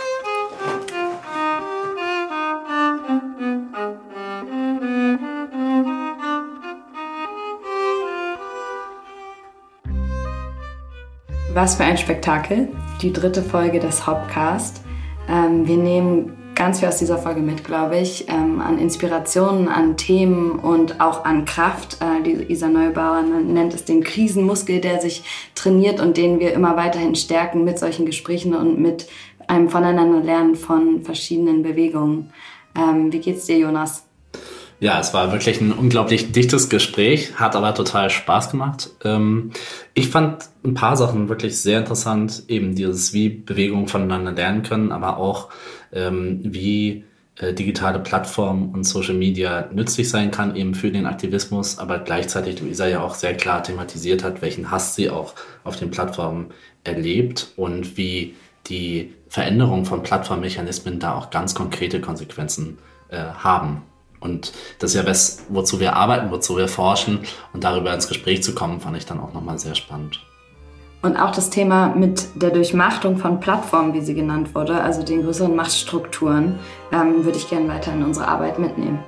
Was für ein Spektakel, die dritte Folge des Hopcast. Ähm, wir nehmen ganz viel aus dieser Folge mit, glaube ich, ähm, an Inspirationen, an Themen und auch an Kraft. Äh, die Isa Neubauer nennt es den Krisenmuskel, der sich trainiert und den wir immer weiterhin stärken mit solchen Gesprächen und mit einem Voneinanderlernen von verschiedenen Bewegungen. Ähm, wie geht's dir, Jonas? Ja, es war wirklich ein unglaublich dichtes Gespräch, hat aber total Spaß gemacht. Ähm, ich fand ein paar Sachen wirklich sehr interessant, eben dieses, wie Bewegungen voneinander lernen können, aber auch ähm, wie äh, digitale Plattformen und Social Media nützlich sein kann, eben für den Aktivismus, aber gleichzeitig Luisa ja auch sehr klar thematisiert hat, welchen Hass sie auch auf den Plattformen erlebt und wie die Veränderung von Plattformmechanismen da auch ganz konkrete Konsequenzen äh, haben. Und das ist ja was, wozu wir arbeiten, wozu wir forschen. Und darüber ins Gespräch zu kommen, fand ich dann auch nochmal sehr spannend. Und auch das Thema mit der Durchmachtung von Plattformen, wie sie genannt wurde, also den größeren Machtstrukturen, ähm, würde ich gerne weiter in unsere Arbeit mitnehmen.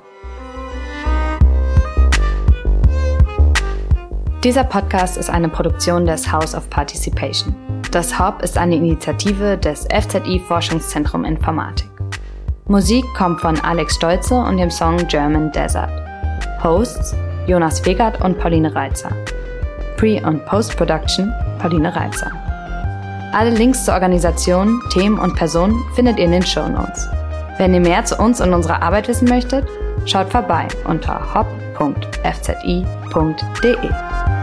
Dieser Podcast ist eine Produktion des House of Participation. Das H O P ist eine Initiative des F Z I-Forschungszentrum Informatik. Musik kommt von Alex Stolze und dem Song German Desert. Hosts Jonas Fegert und Pauline Reitzer. Pre- und Post-Production Pauline Reitzer. Alle Links zur Organisation, Themen und Personen findet ihr in den Shownotes. Wenn ihr mehr zu uns und unserer Arbeit wissen möchtet, schaut vorbei unter hop punkt f z i punkt d e.